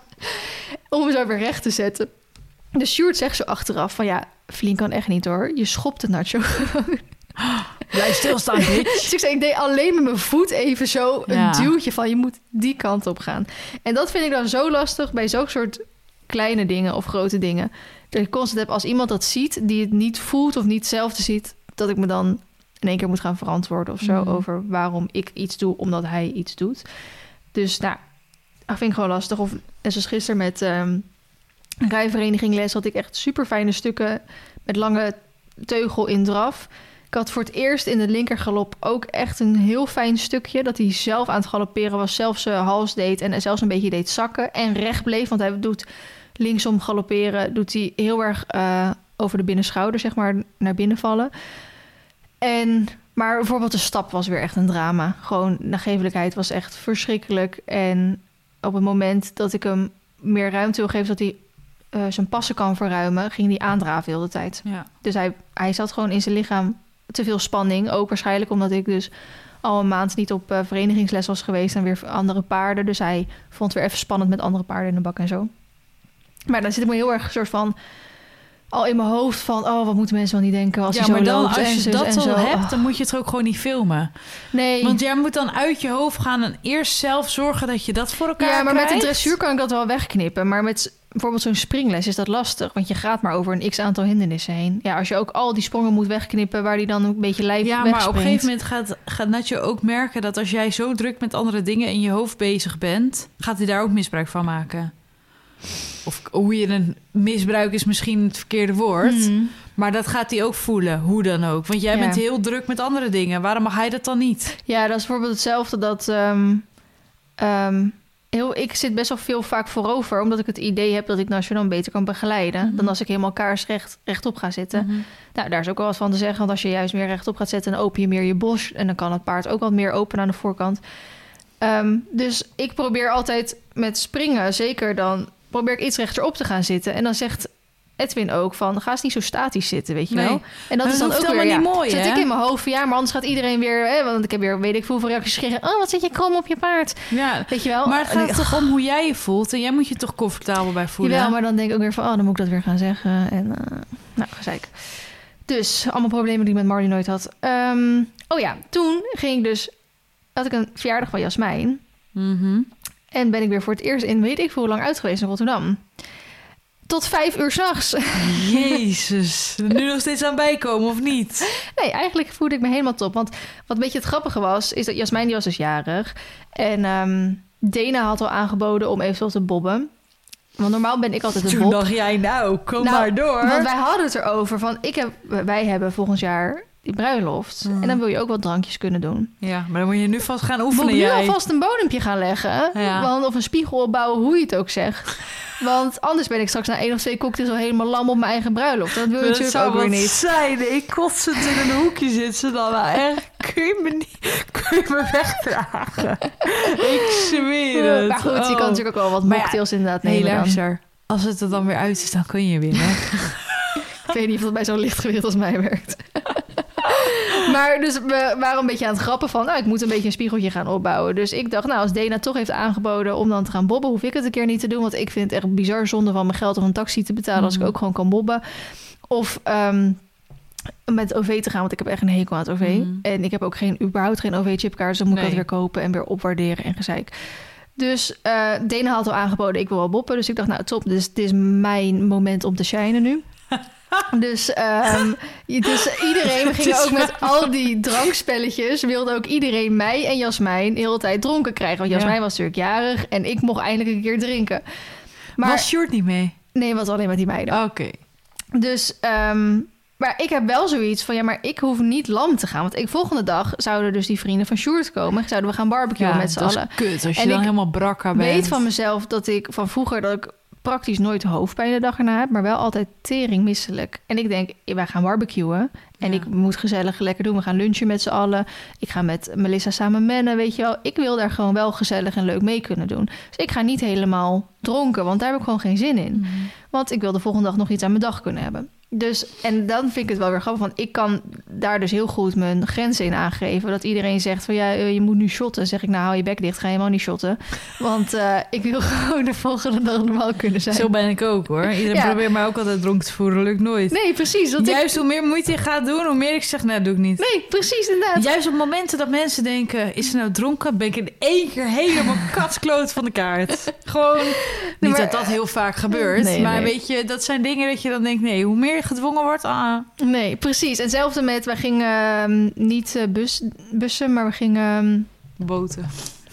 Om hem zo weer recht te zetten. Dus Sjoerd zegt zo achteraf van, ja, Feline kan echt niet hoor. Je schopt het Nacho gewoon. Blijf stilstaan, bitch. Dus ik zei, ik deed alleen met mijn voet even zo een ja. duwtje van, je moet die kant op gaan. En dat vind ik dan zo lastig bij zo'n soort kleine dingen of grote dingen. Dat ik constant heb, als iemand dat ziet, die het niet voelt of niet hetzelfde ziet, dat ik me dan in één keer moet gaan verantwoorden of zo mm. over waarom ik iets doe, omdat hij iets doet. Dus nou, dat vind ik gewoon lastig. Of en zoals gisteren met um, een rijvereniging les had ik echt super fijne stukken met lange teugel in draf. Ik had voor het eerst in de linkergalop ook echt een heel fijn stukje, dat hij zelf aan het galopperen was, zelf zijn hals deed en zelfs een beetje deed zakken en recht bleef. Want hij doet linksom galopperen, doet hij heel erg uh, over de binnenschouder, zeg maar, naar binnen vallen. En Maar bijvoorbeeld de stap was weer echt een drama. Gewoon, nagevelijkheid was echt verschrikkelijk. En op het moment dat ik hem meer ruimte wil geven... dat hij uh, zijn passen kan verruimen... ging hij aandraven de hele tijd. Ja. Dus hij, hij zat gewoon in zijn lichaam te veel spanning. Ook waarschijnlijk omdat ik dus al een maand niet op uh, verenigingsles was geweest... en weer andere paarden. Dus hij vond het weer even spannend met andere paarden in de bak en zo. Maar dan zit ik me heel erg een soort van... al in mijn hoofd van, oh, wat moeten mensen wel niet denken als ja, je zo maar dan loopt als je en dat en al zo. hebt, Oh. dan moet je het ook gewoon niet filmen. Nee. Want jij moet dan uit je hoofd gaan en eerst zelf zorgen dat je dat voor elkaar Ja, maar krijgt. met de dressuur kan ik dat wel wegknippen. Maar met bijvoorbeeld zo'n springles is dat lastig. Want je gaat maar over een x-aantal hindernissen heen. Ja, als je ook al die sprongen moet wegknippen... waar die dan een beetje lijf Ja, wegspringt. maar op een gegeven moment gaat, gaat Natje ook merken... dat als jij zo druk met andere dingen in je hoofd bezig bent... gaat hij daar ook misbruik van maken. Of hoe je een misbruik is misschien het verkeerde woord... Mm. Maar dat gaat hij ook voelen, hoe dan ook. Want jij Ja. bent heel druk met andere dingen. Waarom mag hij dat dan niet? Ja, dat is bijvoorbeeld hetzelfde dat... Um, um, heel, ik zit best wel veel vaak voorover... omdat ik het idee heb dat ik Natje dan beter kan begeleiden... Mm-hmm. dan als ik helemaal kaarsrecht rechtop ga zitten. Mm-hmm. Nou, daar is ook wel wat van te zeggen. Want als je juist meer rechtop gaat zetten... dan open je meer je bos... en dan kan het paard ook wat meer open aan de voorkant. Um, dus ik probeer altijd met springen... zeker dan probeer ik iets rechterop te gaan zitten... en dan zegt... Edwin ook van, ga eens niet zo statisch zitten, weet je Nee. wel. En dat Maar is dan dat ook hoeft weer, allemaal ja, niet mooi, zit hè? ik in mijn hoofd van, ja, maar anders gaat iedereen weer... Hè, want ik heb weer, weet ik veel, voor reacties gekregen... oh, wat zit je krom op je paard, Ja, weet je wel. maar het En gaat ik- toch om hoe jij je voelt... en jij moet je toch comfortabel bij voelen. Jawel, maar dan denk ik ook weer van, oh, dan moet ik dat weer gaan zeggen. En, uh, nou, gezeik. Dus, allemaal problemen die ik met Marley nooit had. Um, oh ja, toen ging ik dus... had ik een verjaardag van Jasmijn... Mm-hmm. en ben ik weer voor het eerst in, weet ik veel hoe lang uit geweest in Rotterdam... Tot vijf uur 's nachts. Jezus. Er nu nog steeds aan bijkomen, of niet? Nee, eigenlijk voelde ik me helemaal top. Want wat een beetje het grappige was... is dat Jasmijn die was dus jarig. En um, Dana had al aangeboden om eventueel te bobben. Want normaal ben ik altijd de Toen bob. dacht jij, nou, kom Nou, maar door. Want wij hadden het erover van... Ik heb, wij hebben volgend jaar die bruiloft. Mm. En dan wil je ook wat drankjes kunnen doen. Ja, maar dan moet je nu vast gaan Moet oefenen, ik nu jij. alvast een bodempje gaan leggen? Ja. Want, of een spiegel opbouwen, hoe je het ook zegt. Want anders ben ik straks na één of twee cocktails... al helemaal lam op mijn eigen bruiloft. Dat wil je Dat natuurlijk ook zou weer wat niet. zijn. Ik kotsend in een hoekje zit ze dan. Nou, echt, kun je me niet... Kun je me wegdragen? Ik zweer het. Maar goed, je Oh. kan natuurlijk ook wel wat Maar ja, mocktails inderdaad Nee, nemen dan. luister. Als het er dan weer uit is, dan kun je winnen. Ik weet niet of dat bij zo'n lichtgewicht als mij werkt. Maar dus we waren een beetje aan het grappen van... nou, ik moet een beetje een spiegeltje gaan opbouwen. Dus ik dacht, nou, als Dana toch heeft aangeboden om dan te gaan bobben... hoef ik het een keer niet te doen. Want ik vind het echt bizar zonde van mijn geld om een taxi te betalen... als ik Mhm. ook gewoon kan bobben. Of um, met O V te gaan, want ik heb echt een hekel aan het O V. Mhm. En ik heb ook geen, überhaupt geen O V-chipkaart... dus dan moet ik Nee. dat weer kopen en weer opwaarderen en gezeik. Dus uh, Dana had al aangeboden, ik wil wel boppen. Dus ik dacht, nou top, dus het is mijn moment om te shinen nu. Dus, um, dus iedereen, we Het gingen is ook met wel- al die drankspelletjes... wilde ook iedereen mij en Jasmijn de hele tijd dronken krijgen. Want Jasmijn Ja. was natuurlijk jarig en ik mocht eindelijk een keer drinken. Maar Was Sjoerd niet mee? nee, was alleen met die meiden. Oké. Dus, um, maar ik heb wel zoiets van... ja, maar ik hoef niet lam te gaan. Want ik, volgende dag zouden dus die vrienden van Sjoerd komen. Zouden we gaan barbecuen Ja, met z'n dat is allen. kut als je En dan ik helemaal brakka Ik bent. weet van mezelf dat ik van vroeger... dat ik praktisch nooit hoofdpijn de dag erna heb... maar wel altijd tering misselijk. En ik denk, wij gaan barbecuen... en Ja. ik moet gezellig lekker doen. We gaan lunchen met z'n allen. Ik ga met Melissa samen mennen, weet je wel. Ik wil daar gewoon wel gezellig en leuk mee kunnen doen. Dus ik ga niet helemaal dronken... want daar heb ik gewoon geen zin in. Mhm. Want ik wil de volgende dag nog iets aan mijn dag kunnen hebben. Dus, en dan vind ik het wel weer grappig. Want ik kan daar dus heel goed mijn grenzen in aangeven. Dat iedereen zegt van ja, je moet nu shotten. Zeg ik, nou hou je bek dicht, ga je helemaal niet shotten. Want uh, ik wil gewoon de volgende dag normaal kunnen zijn. Zo ben ik ook hoor. Iedereen Ja. probeert mij ook altijd dronken te voeren. Lukt nooit. Nee, precies. Want Juist hoe meer moeite je gaat doen, hoe meer ik zeg, nee, doe ik niet. ik, nee, precies inderdaad. Juist op momenten dat mensen denken, is ze nou dronken? Ben ik in één keer helemaal katskloot van de kaart. Gewoon, niet maar- dat dat heel vaak gebeurt. Nee, maar nee. weet je, dat zijn dingen dat je dan denkt, nee, hoe meer je gedwongen wordt, ah. Nee, precies. En hetzelfde met, wij gingen um, niet uh, bus, bussen, maar we gingen... Um, Boten.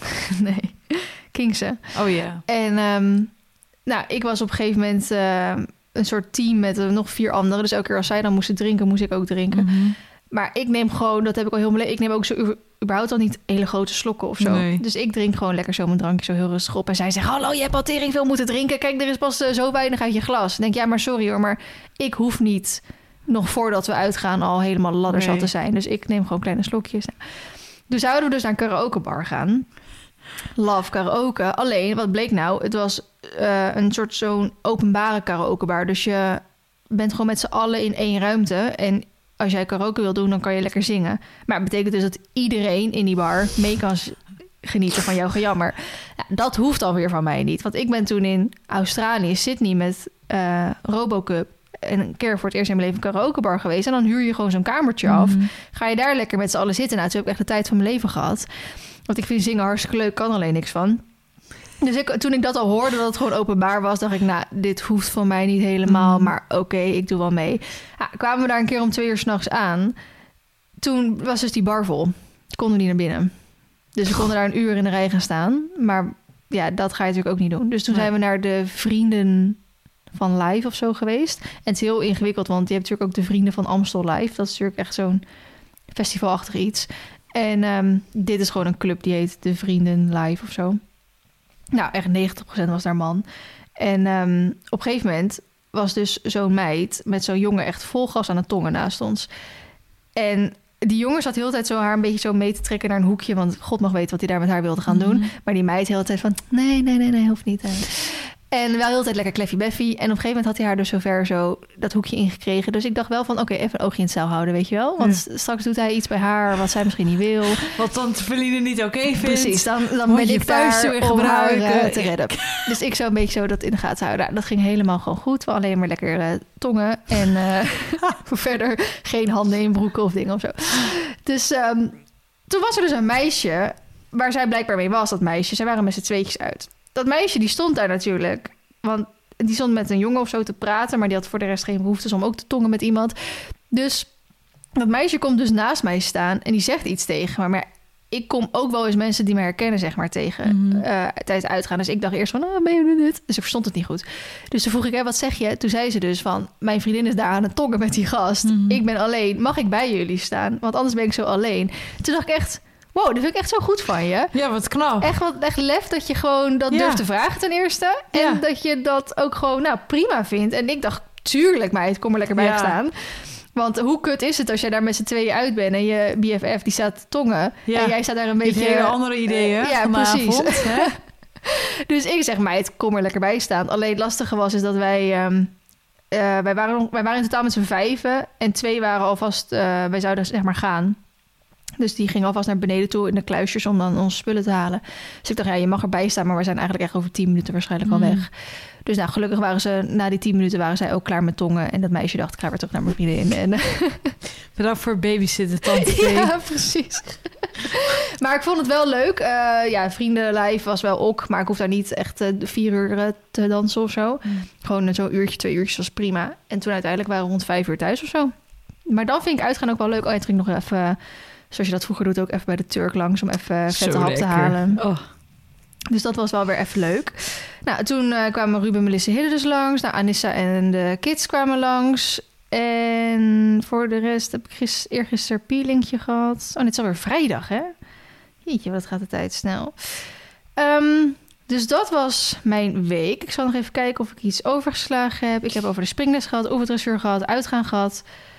nee, Kingsen. Oh ja. En um, nou, ik was op een gegeven moment uh, een soort team met uh, nog vier anderen. Dus elke keer als zij dan moesten drinken, moest ik ook drinken. Mhm. Maar ik neem gewoon, dat heb ik al heel mijn leven... ik neem ook zo u- überhaupt al niet hele grote slokken of zo. Nee. Dus ik drink gewoon lekker zo mijn drankje zo heel rustig op. En zij zegt, hallo, je hebt al tering veel moeten drinken. Kijk, er is pas uh, zo weinig uit je glas. Ik denk, ja, maar sorry hoor, maar ik hoef niet nog voordat we uitgaan al helemaal ladderzat Nee. te zijn. Dus ik neem gewoon kleine slokjes. Dus zouden we dus naar een karaokebar gaan. Love karaoke. Alleen, wat bleek nou? Het was uh, een soort zo'n openbare karaokebar. Dus je bent gewoon met z'n allen in één ruimte. En als jij karaoke wil doen, dan kan je lekker zingen. Maar het betekent dus dat iedereen in die bar mee kan z- genieten van jouw gejammer. Ja, dat hoeft dan weer van mij niet. Want ik ben toen in Australië, Sydney, met uh, Robocup... en een keer voor het eerst in mijn leven een karaokebar geweest. En dan huur je gewoon zo'n kamertje af. Mm-hmm. Ga je daar lekker met z'n allen zitten. Nou, toen heb ik echt de tijd van mijn leven gehad. Want ik vind zingen hartstikke leuk, kan alleen niks van. Dus ik, toen ik dat al hoorde, dat het gewoon openbaar was... dacht ik, nou, dit hoeft van mij niet helemaal. Mm. Maar oké, okay, ik doe wel mee. Ja, kwamen we daar een keer om twee uur 's nachts aan. Toen was dus die bar vol. Konden we niet naar binnen. Dus we konden daar een uur in de rij gaan staan. Maar ja, dat ga je natuurlijk ook niet doen. Dus toen Nee. zijn we naar de vrienden van Live of zo geweest. En het is heel ingewikkeld, want je hebt natuurlijk ook de vrienden van Amstel Live. Dat is natuurlijk echt zo'n festivalachtig iets. En um, dit is gewoon een club die heet de Vrienden Live of zo. Nou, echt negentig procent was daar man. En um, op een gegeven moment was dus zo'n meid met zo'n jongen echt vol gas aan de tongen naast ons. En die jongen zat de hele tijd zo haar een beetje zo mee te trekken naar een hoekje, want God mag weten wat hij daar met haar wilde gaan doen. Mm-hmm. Maar die meid de hele tijd van, nee, nee, nee, nee, hoeft niet. Hè. En wel de hele tijd lekker kleffie beffie. En op een gegeven moment had hij haar dus zover zo dat hoekje ingekregen. Dus ik dacht wel van, oké, okay, even een oogje in het zeil houden, weet je wel. Want ja. straks doet hij iets bij haar wat zij misschien niet wil. Wat tante Feline niet oké okay vindt. Precies, dan, dan ben ik daar weer om haar gebruiken. uh, te redden. Dus ik zou een beetje zo dat in de gaten houden. Nou, dat ging helemaal gewoon goed. We alleen maar lekker uh, tongen. En uh, verder geen handen in broeken of dingen of zo. Dus um, toen was er dus een meisje waar zij blijkbaar mee was, dat meisje. Zij waren met z'n tweetjes uit. Dat meisje die stond daar natuurlijk. Want die stond met een jongen of zo te praten, maar die had voor de rest geen behoeftes om ook te tongen met iemand. Dus dat meisje komt dus naast mij staan en die zegt iets tegen me. Maar ik kom ook wel eens mensen die me herkennen, zeg maar, tegen mm-hmm. uh, tijdens uitgaan. Dus ik dacht eerst van, oh, ben je dit? Dus ik verstond het niet goed. Dus toen vroeg ik, hey, wat zeg je? Toen zei ze dus van, mijn vriendin is daar aan het tongen met die gast. Mm-hmm. Ik ben alleen. Mag ik bij jullie staan? Want anders ben ik zo alleen. Toen dacht ik echt, wow, dat vind ik echt zo goed van je. Ja, wat knap. Echt, wat, echt lef dat je gewoon dat ja. durft te vragen ten eerste. En ja. dat je dat ook gewoon, nou, prima vindt. En ik dacht, tuurlijk meid, kom er lekker bij ja. staan. Want hoe kut is het als jij daar met z'n tweeën uit bent en je B F F die staat te tongen. Ja. En jij staat daar een beetje... hele andere ideeën. Uh, ja, precies. Hè? Dus ik zeg, meid, kom er lekker bij staan. Alleen het lastige was is dat wij... Um, uh, wij, waren, wij waren in totaal met z'n vijven. En twee waren alvast... Uh, wij zouden zeg maar gaan. Dus die ging alvast naar beneden toe in de kluisjes om dan onze spullen te halen. Dus ik dacht, ja, je mag erbij staan, maar we zijn eigenlijk echt over tien minuten waarschijnlijk mm. al weg. Dus nou, gelukkig waren ze, na die tien minuten waren zij ook klaar met tongen. En dat meisje dacht, ik ga weer terug naar mijn vriendin. En, bedankt voor babysitten, tante. Ja, precies. Maar ik vond het wel leuk. Uh, ja, vrienden live was wel ok, maar ik hoef daar niet echt uh, vier uur uh, te dansen of zo. Mm. Gewoon zo'n uurtje, twee uurtjes was prima. En toen uiteindelijk waren we rond vijf uur thuis of zo. Maar dan vind ik uitgaan ook wel leuk. Oh, je ging nog even... Uh, zoals je dat vroeger doet, ook even bij de Turk langs om even vette hap te halen. Oh. Dus dat was wel weer even leuk. Nou, toen uh, kwamen Ruben, Melissa, Hille dus langs. Nou, Anissa en de kids kwamen langs. En voor de rest heb ik gis, eergisteren peelingje gehad. Oh, dit is alweer vrijdag, hè? Jeetje, wat gaat de tijd snel. Um, dus dat was mijn week. Ik zal nog even kijken of ik iets overgeslagen heb. Ik heb over de springles gehad, overdresseur gehad, uitgaan gehad.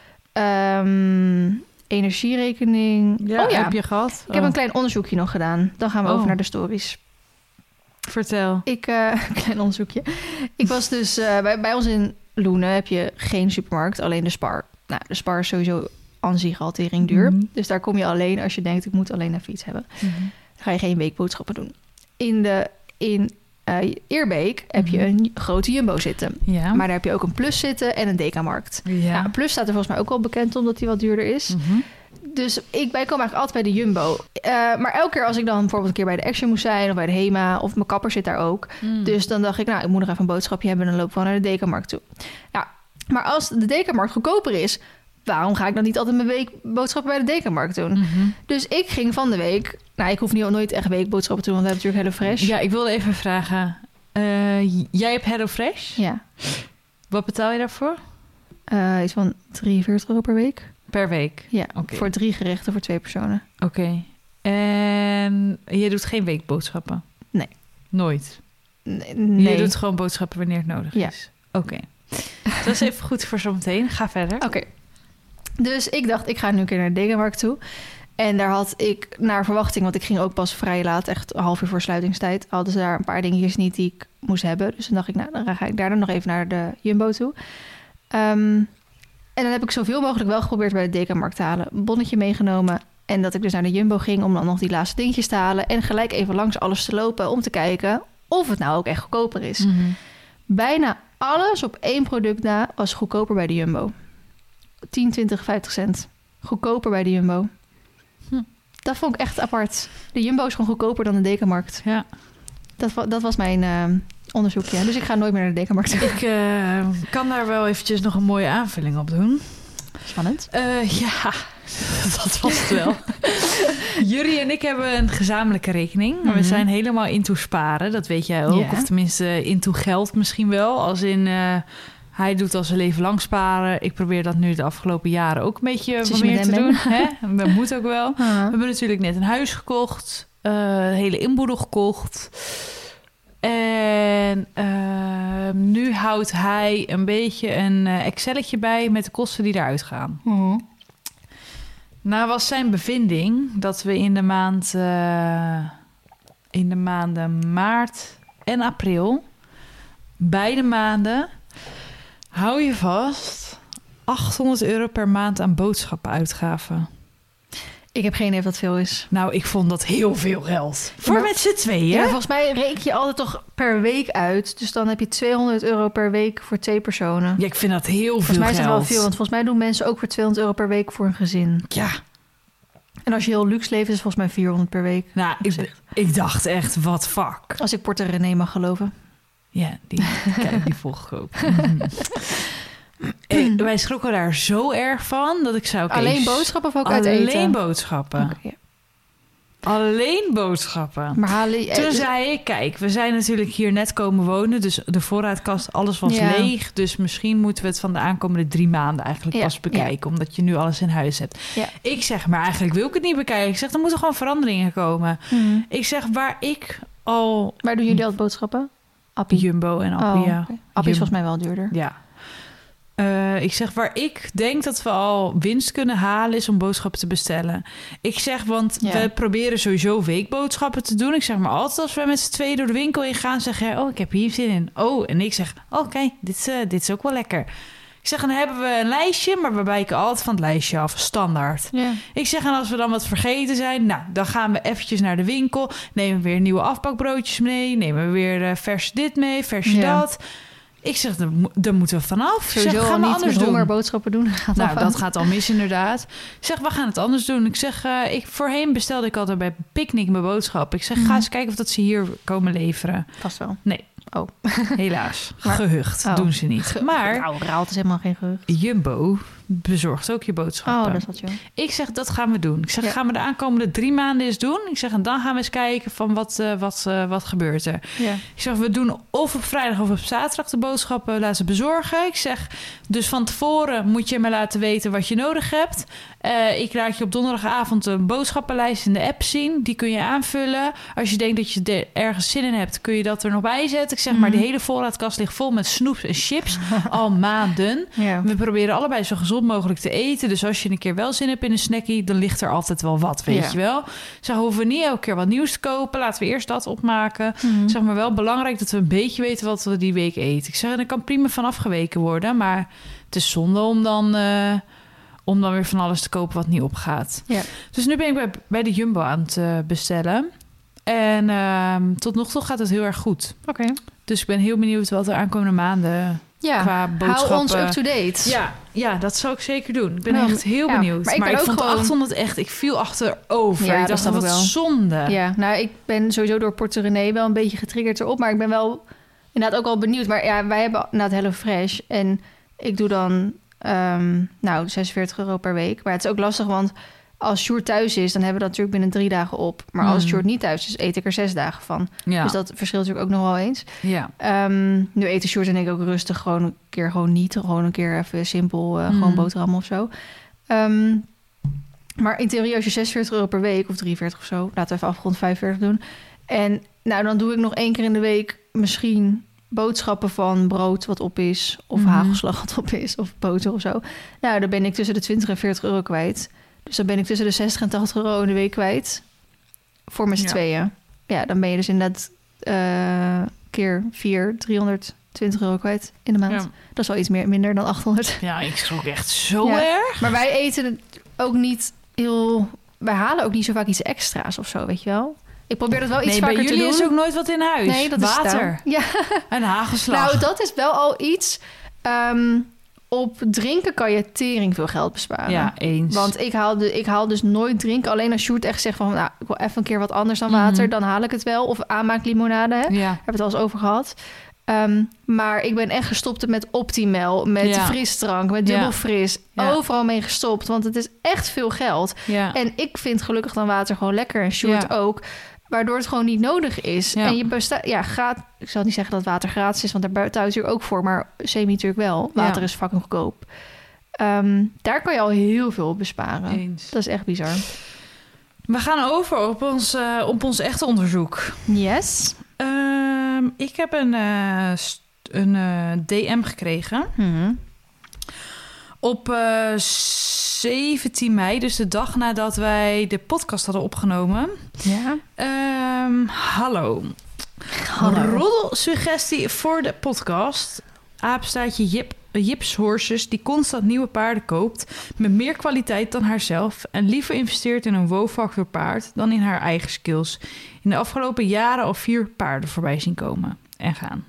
Um, Energierekening. Ja, oh ja, heb je gehad? Ik oh. heb een klein onderzoekje nog gedaan. Dan gaan we oh. over naar de stories. Vertel. Ik, uh, een klein onderzoekje. Ik was dus... Uh, bij, bij ons in Loenen heb je geen supermarkt, alleen de Spar. Nou, de Spar is sowieso aan zich al tering duur. Mm-hmm. Dus daar kom je alleen als je denkt, ik moet alleen even iets hebben. Mm-hmm. Dan ga je geen weekboodschappen doen. In de... In Uh, Eerbeek heb je een grote Jumbo zitten. Ja. Maar daar heb je ook een Plus zitten en een Dekamarkt. Ja. Nou, Plus staat er volgens mij ook wel bekend omdat die wat duurder is. Mm-hmm. Dus ik bij kom eigenlijk altijd bij de Jumbo. Uh, maar elke keer als ik dan bijvoorbeeld een keer bij de Action moest zijn... of bij de Hema, of mijn kapper zit daar ook. Mm. Dus dan dacht ik, nou, ik moet nog even een boodschapje hebben... en dan loop ik gewoon naar de Dekamarkt toe. Nou, maar als de Dekamarkt goedkoper is... waarom ga ik dan niet altijd mijn weekboodschappen bij de Dekamarkt doen? Mm-hmm. Dus ik ging van de week... Nou, ik hoef niet nooit echt weekboodschappen te doen... want we hebben natuurlijk HelloFresh. Ja, ik wilde even vragen. Uh, jij hebt HelloFresh? Ja. Wat betaal je daarvoor? Uh, iets van drieënveertig euro per week. Per week? Ja, okay. Voor drie gerechten voor twee personen. Oké. Okay. En je doet geen weekboodschappen? Nee. Nooit? Nee. Je doet gewoon boodschappen wanneer het nodig ja. is? Oké. Okay. Dat is even goed voor zometeen. Ga verder. Oké. Okay. Dus ik dacht, ik ga nu een keer naar de Dekamarkt toe. En daar had ik naar verwachting, want ik ging ook pas vrij laat, echt een half uur voor sluitingstijd, hadden ze daar een paar dingetjes niet die ik moest hebben. Dus dan dacht ik, nou, dan ga ik daar dan nog even naar de Jumbo toe. Um, en dan heb ik zoveel mogelijk wel geprobeerd bij de Dekamarkt te halen. Een bonnetje meegenomen. En dat ik dus naar de Jumbo ging om dan nog die laatste dingetjes te halen. En gelijk even langs alles te lopen om te kijken of het nou ook echt goedkoper is. Mm-hmm. Bijna alles op één product na was goedkoper bij de Jumbo. tien, twintig, vijftig cent. Goedkoper bij de Jumbo. Hm. Dat vond ik echt apart. De Jumbo is gewoon goedkoper dan de Dekamarkt. Ja. Dat, dat was mijn uh, onderzoekje. Dus ik ga nooit meer naar de Dekamarkt. Ik uh, kan daar wel eventjes nog een mooie aanvulling op doen. Spannend. Uh, ja, dat was het wel. Jullie en ik hebben een gezamenlijke rekening. Maar mm-hmm. we zijn helemaal into sparen. Dat weet jij ook. Yeah. Of tenminste into geld misschien wel. Als in... Uh, Hij doet al zijn leven lang sparen. Ik probeer dat nu de afgelopen jaren ook een beetje wat meer te doen. Hè? Dat moet ook wel. Uh-huh. We hebben natuurlijk net een huis gekocht. Uh, een hele inboedel gekocht. En uh, nu houdt hij een beetje een Excelletje bij met de kosten die eruit gaan. Uh-huh. Nou was zijn bevinding dat we in de maand... Uh, in de maanden maart en april... beide maanden... hou je vast, achthonderd euro per maand aan boodschappenuitgaven. Ik heb geen idee wat veel is. Nou, ik vond dat heel veel geld. Voor maar, met z'n tweeën. Ja, volgens mij reken je altijd toch per week uit. Dus dan heb je tweehonderd euro per week voor twee personen. Ja, ik vind dat heel volgens veel mij geld. Volgens mij is het wel veel, want volgens mij doen mensen ook voor tweehonderd euro per week voor een gezin. Ja. En als je heel luxe leeft, is het volgens mij vierhonderd per week. Nou, ik, ik dacht echt, wat fuck. Als ik Porter René mag geloven. Ja, die, kijk, die volg ik ook. Hey, wij schrokken daar zo erg van dat ik zou... Okay, alleen boodschappen of ook uit eten? Alleen boodschappen. Okay, ja. Alleen boodschappen. Maar halen, Toen zei ik, kijk, we zijn natuurlijk hier net komen wonen. Dus de voorraadkast, alles was ja. leeg. Dus misschien moeten we het van de aankomende drie maanden eigenlijk ja. pas bekijken. Ja. Omdat je nu alles in huis hebt. Ja. Ik zeg, maar eigenlijk wil ik het niet bekijken. Ik zeg, er moeten gewoon veranderingen komen. Hmm. Ik zeg, waar ik al... Waar doen jullie al boodschappen? Appie. Jumbo en Appie, oh, ja. Okay. Appie is volgens mij wel duurder. Ja. Uh, ik zeg, waar ik denk dat we al winst kunnen halen... is om boodschappen te bestellen. Ik zeg, want ja. we proberen sowieso weekboodschappen te doen. Ik zeg maar altijd als we met z'n tweeën door de winkel in gaan... zeg je, oh, ik heb hier zin in. Oh, en ik zeg, oké, okay, dit, uh, dit is ook wel lekker. Ik zeg, dan hebben we een lijstje... maar we wijken altijd van het lijstje af, standaard. Ja. Ik zeg, en als we dan wat vergeten zijn... nou, dan gaan we eventjes naar de winkel... nemen we weer nieuwe afbakbroodjes mee... nemen we weer uh, vers dit mee, vers ja. dat... Ik zeg, daar moeten we vanaf. Sowieso zeg, gaan we niet anders met doen. boodschappen doen. Gaat nou, dat gaat al mis inderdaad. Ik zeg, we gaan het anders doen. Ik zeg, uh, ik, voorheen bestelde ik altijd bij Picnic mijn boodschappen. Ik zeg, mm. ga eens kijken of dat ze hier komen leveren. Vast wel. Nee. Oh. Helaas. Maar, gehucht. Oh. Doen ze niet. Ge- maar... Nou, Raalt is helemaal geen gehucht. Jumbo bezorgt ook je boodschappen. Oh, dat is wat je. Ik zeg, dat gaan we doen. Ik zeg, ja. gaan we de aankomende drie maanden eens doen. Ik zeg, en dan gaan we eens kijken van wat, uh, wat, uh, wat gebeurt er. Ja. Ik zeg, we doen of op vrijdag of op zaterdag de boodschappen laten bezorgen. Ik zeg, dus van tevoren moet je me laten weten wat je nodig hebt. Uh, ik laat je op donderdagavond een boodschappenlijst in de app zien. Die kun je aanvullen. Als je denkt dat je er ergens zin in hebt, kun je dat er nog bij zetten. Ik zeg, mm. maar die hele voorraadkast ligt vol met snoeps en chips. Al maanden. Ja. We proberen allebei zo gezond mogelijk te eten. Dus als je een keer wel zin hebt in een snackie, dan ligt er altijd wel wat, weet ja. je wel. Zo hoeven we niet elke keer wat nieuws te kopen. Laten we eerst dat opmaken. Mm. Zeg maar wel belangrijk dat we een beetje weten wat we die week eten. Ik zeg, er kan prima van afgeweken worden, maar het is zonde om dan... Uh, om dan weer van alles te kopen wat niet opgaat. Ja. Dus nu ben ik bij, bij de Jumbo aan het uh, bestellen. En uh, tot nog toe gaat het heel erg goed. Oké. Okay. Dus ik ben heel benieuwd wat de aankomende maanden ja, qua boodschappen... hou ons up-to-date. Ja, ja, dat zou ik zeker doen. Ik ben nou, echt heel ja, benieuwd. Maar ik, maar ik vond gewoon... achthonderd echt... Ik viel achterover. Ja, ik dacht, dat wat wel. zonde. Ja, nou, ik ben sowieso door Porter René wel een beetje getriggerd erop. Maar ik ben wel inderdaad ook wel benieuwd. Maar ja, wij hebben inderdaad HelloFresh. En ik doe dan... Um, nou, zesenveertig euro per week. Maar het is ook lastig, want als Sjoerd thuis is... dan hebben we dat natuurlijk binnen drie dagen op. Maar als mm. Sjoerd niet thuis is, eet ik er zes dagen van. Ja. Dus dat verschilt natuurlijk ook nog wel eens. Ja. Um, nu eten Sjoerd en ik ook rustig gewoon een keer gewoon niet. Gewoon een keer even simpel, uh, mm. gewoon boterham of zo. Um, maar in theorie, als je zesenveertig euro per week... of drieënveertig of zo, laten we even afgerond vijfenveertig doen. En nou, dan doe ik nog één keer in de week misschien... boodschappen van brood wat op is... of Mm-hmm. hagelslag wat op is, of boter of zo. Nou, dan ben ik tussen de twintig en veertig euro kwijt. Dus dan ben ik tussen de zestig en tachtig euro in de week kwijt. Voor met z'n Ja. tweeën. Ja, dan ben je dus inderdaad uh, keer vier, driehonderdtwintig euro kwijt in de maand. Ja. Dat is wel iets meer, minder dan achthonderd. Ja, ik schrok echt zo Ja. erg. Maar wij eten het ook niet heel... Wij halen ook niet zo vaak iets extra's of zo, weet je wel? Ik probeer dat wel iets nee, vaker bij te jullie doen. is ook nooit wat in huis. Nee, dat Water is ja. en hagelslag. Nou, dat is wel al iets... Um, op drinken kan je tering veel geld besparen. Ja, eens. Want ik haal, de, ik haal dus nooit drinken. Alleen als Sjoerd echt zegt van... nou, ik wil even een keer wat anders dan water... Mm-hmm. dan haal ik het wel. Of aanmaaklimonade, hè? Ja. Daar hebben we het al eens over gehad. Um, maar ik ben echt gestopt met Optimal... met Ja. frisdrank, met dubbel Ja. fris. Ja. Overal mee gestopt. Want het is echt veel geld. Ja. En ik vind gelukkig dan water gewoon lekker. En Sjoerd Ja. ook. Waardoor het gewoon niet nodig is. Ja. En je bestaat... Ja, gaat, ik zal niet zeggen dat water gratis is... want daar buiten natuurlijk ook voor. Maar semi natuurlijk wel. Water Ja. is fucking goedkoop. Um, daar kan je al heel veel op besparen. Eens. Dat is echt bizar. We gaan over op ons, uh, op ons echte onderzoek. Yes. Um, ik heb een, uh, st- een uh, D M gekregen. Hmm. Op uh, zeventien mei, dus de dag nadat wij de podcast hadden opgenomen. Ja. Um, hallo. Hallo. Roddelsuggestie voor de podcast. Apenstaartje Jip, Jips Horses die constant nieuwe paarden koopt... met meer kwaliteit dan haarzelf... en liever investeert in een wow-factor paard... dan in haar eigen skills. In de afgelopen jaren al vier paarden voorbij zien komen en gaan.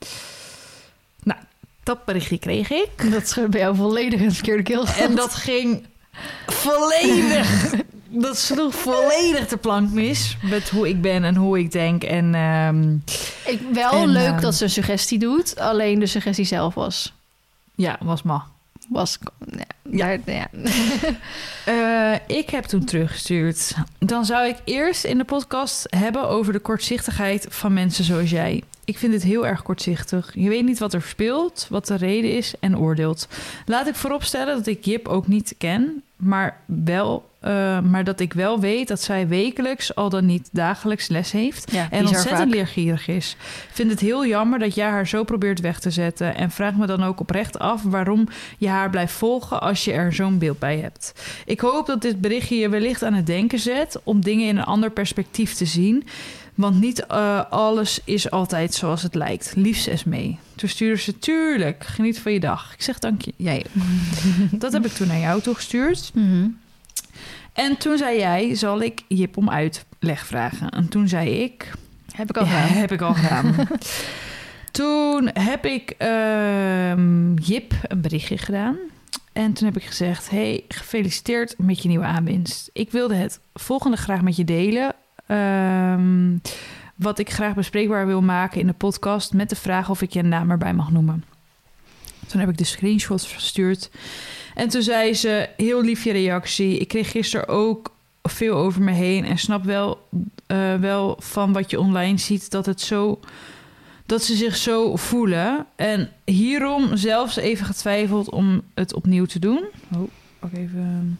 Nou, dat berichtje kreeg ik. Dat is bij jou volledig een verkeerde keel. En dat ging volledig... dat sloeg volledig de plank mis... met hoe ik ben en hoe ik denk. En, um, ik wel en, leuk uh, dat ze een suggestie doet. Alleen de suggestie zelf was... Ja, was ma. Was... Ja. Ja. Daar, ja. uh, ik heb toen teruggestuurd. Dan zou ik eerst in de podcast hebben over de kortzichtigheid van mensen zoals jij. Ik vind het heel erg kortzichtig. Je weet niet wat er speelt, wat de reden is en oordeelt. Laat ik vooropstellen dat ik Jip ook niet ken, maar, wel, uh, maar dat ik wel weet dat zij wekelijks, al dan niet dagelijks les heeft Ja, en ontzettend vaak. leergierig is. Ik vind het heel jammer dat jij haar zo probeert weg te zetten en vraag me dan ook oprecht af waarom je haar blijft volgen als je er zo'n beeld bij hebt. Ik hoop dat dit berichtje je wellicht aan het denken zet om dingen in een ander perspectief te zien. Want niet uh, alles is altijd zoals het lijkt. Liefst is mee. Toen stuurde ze, tuurlijk, geniet van je dag. Ik zeg, dank je. Jij. Dat heb ik toen naar jou toegestuurd. Mm-hmm. En toen zei jij, zal ik Jip om uitleg vragen? En toen zei ik... Heb ik al ja, gedaan. heb ik al gedaan. Toen heb ik uh, Jip een berichtje gedaan. En toen heb ik gezegd, hey, gefeliciteerd met je nieuwe aanwinst. Ik wilde het volgende graag met je delen... Um, wat ik graag bespreekbaar wil maken in de podcast... met de vraag of ik je naam erbij mag noemen. Toen heb ik de screenshots verstuurd. En toen zei ze, heel lief je reactie. Ik kreeg gisteren ook veel over me heen... en snap wel, uh, wel van wat je online ziet... dat, het zo, dat ze zich zo voelen. En hierom zelfs even getwijfeld om het opnieuw te doen. Oh, ook even...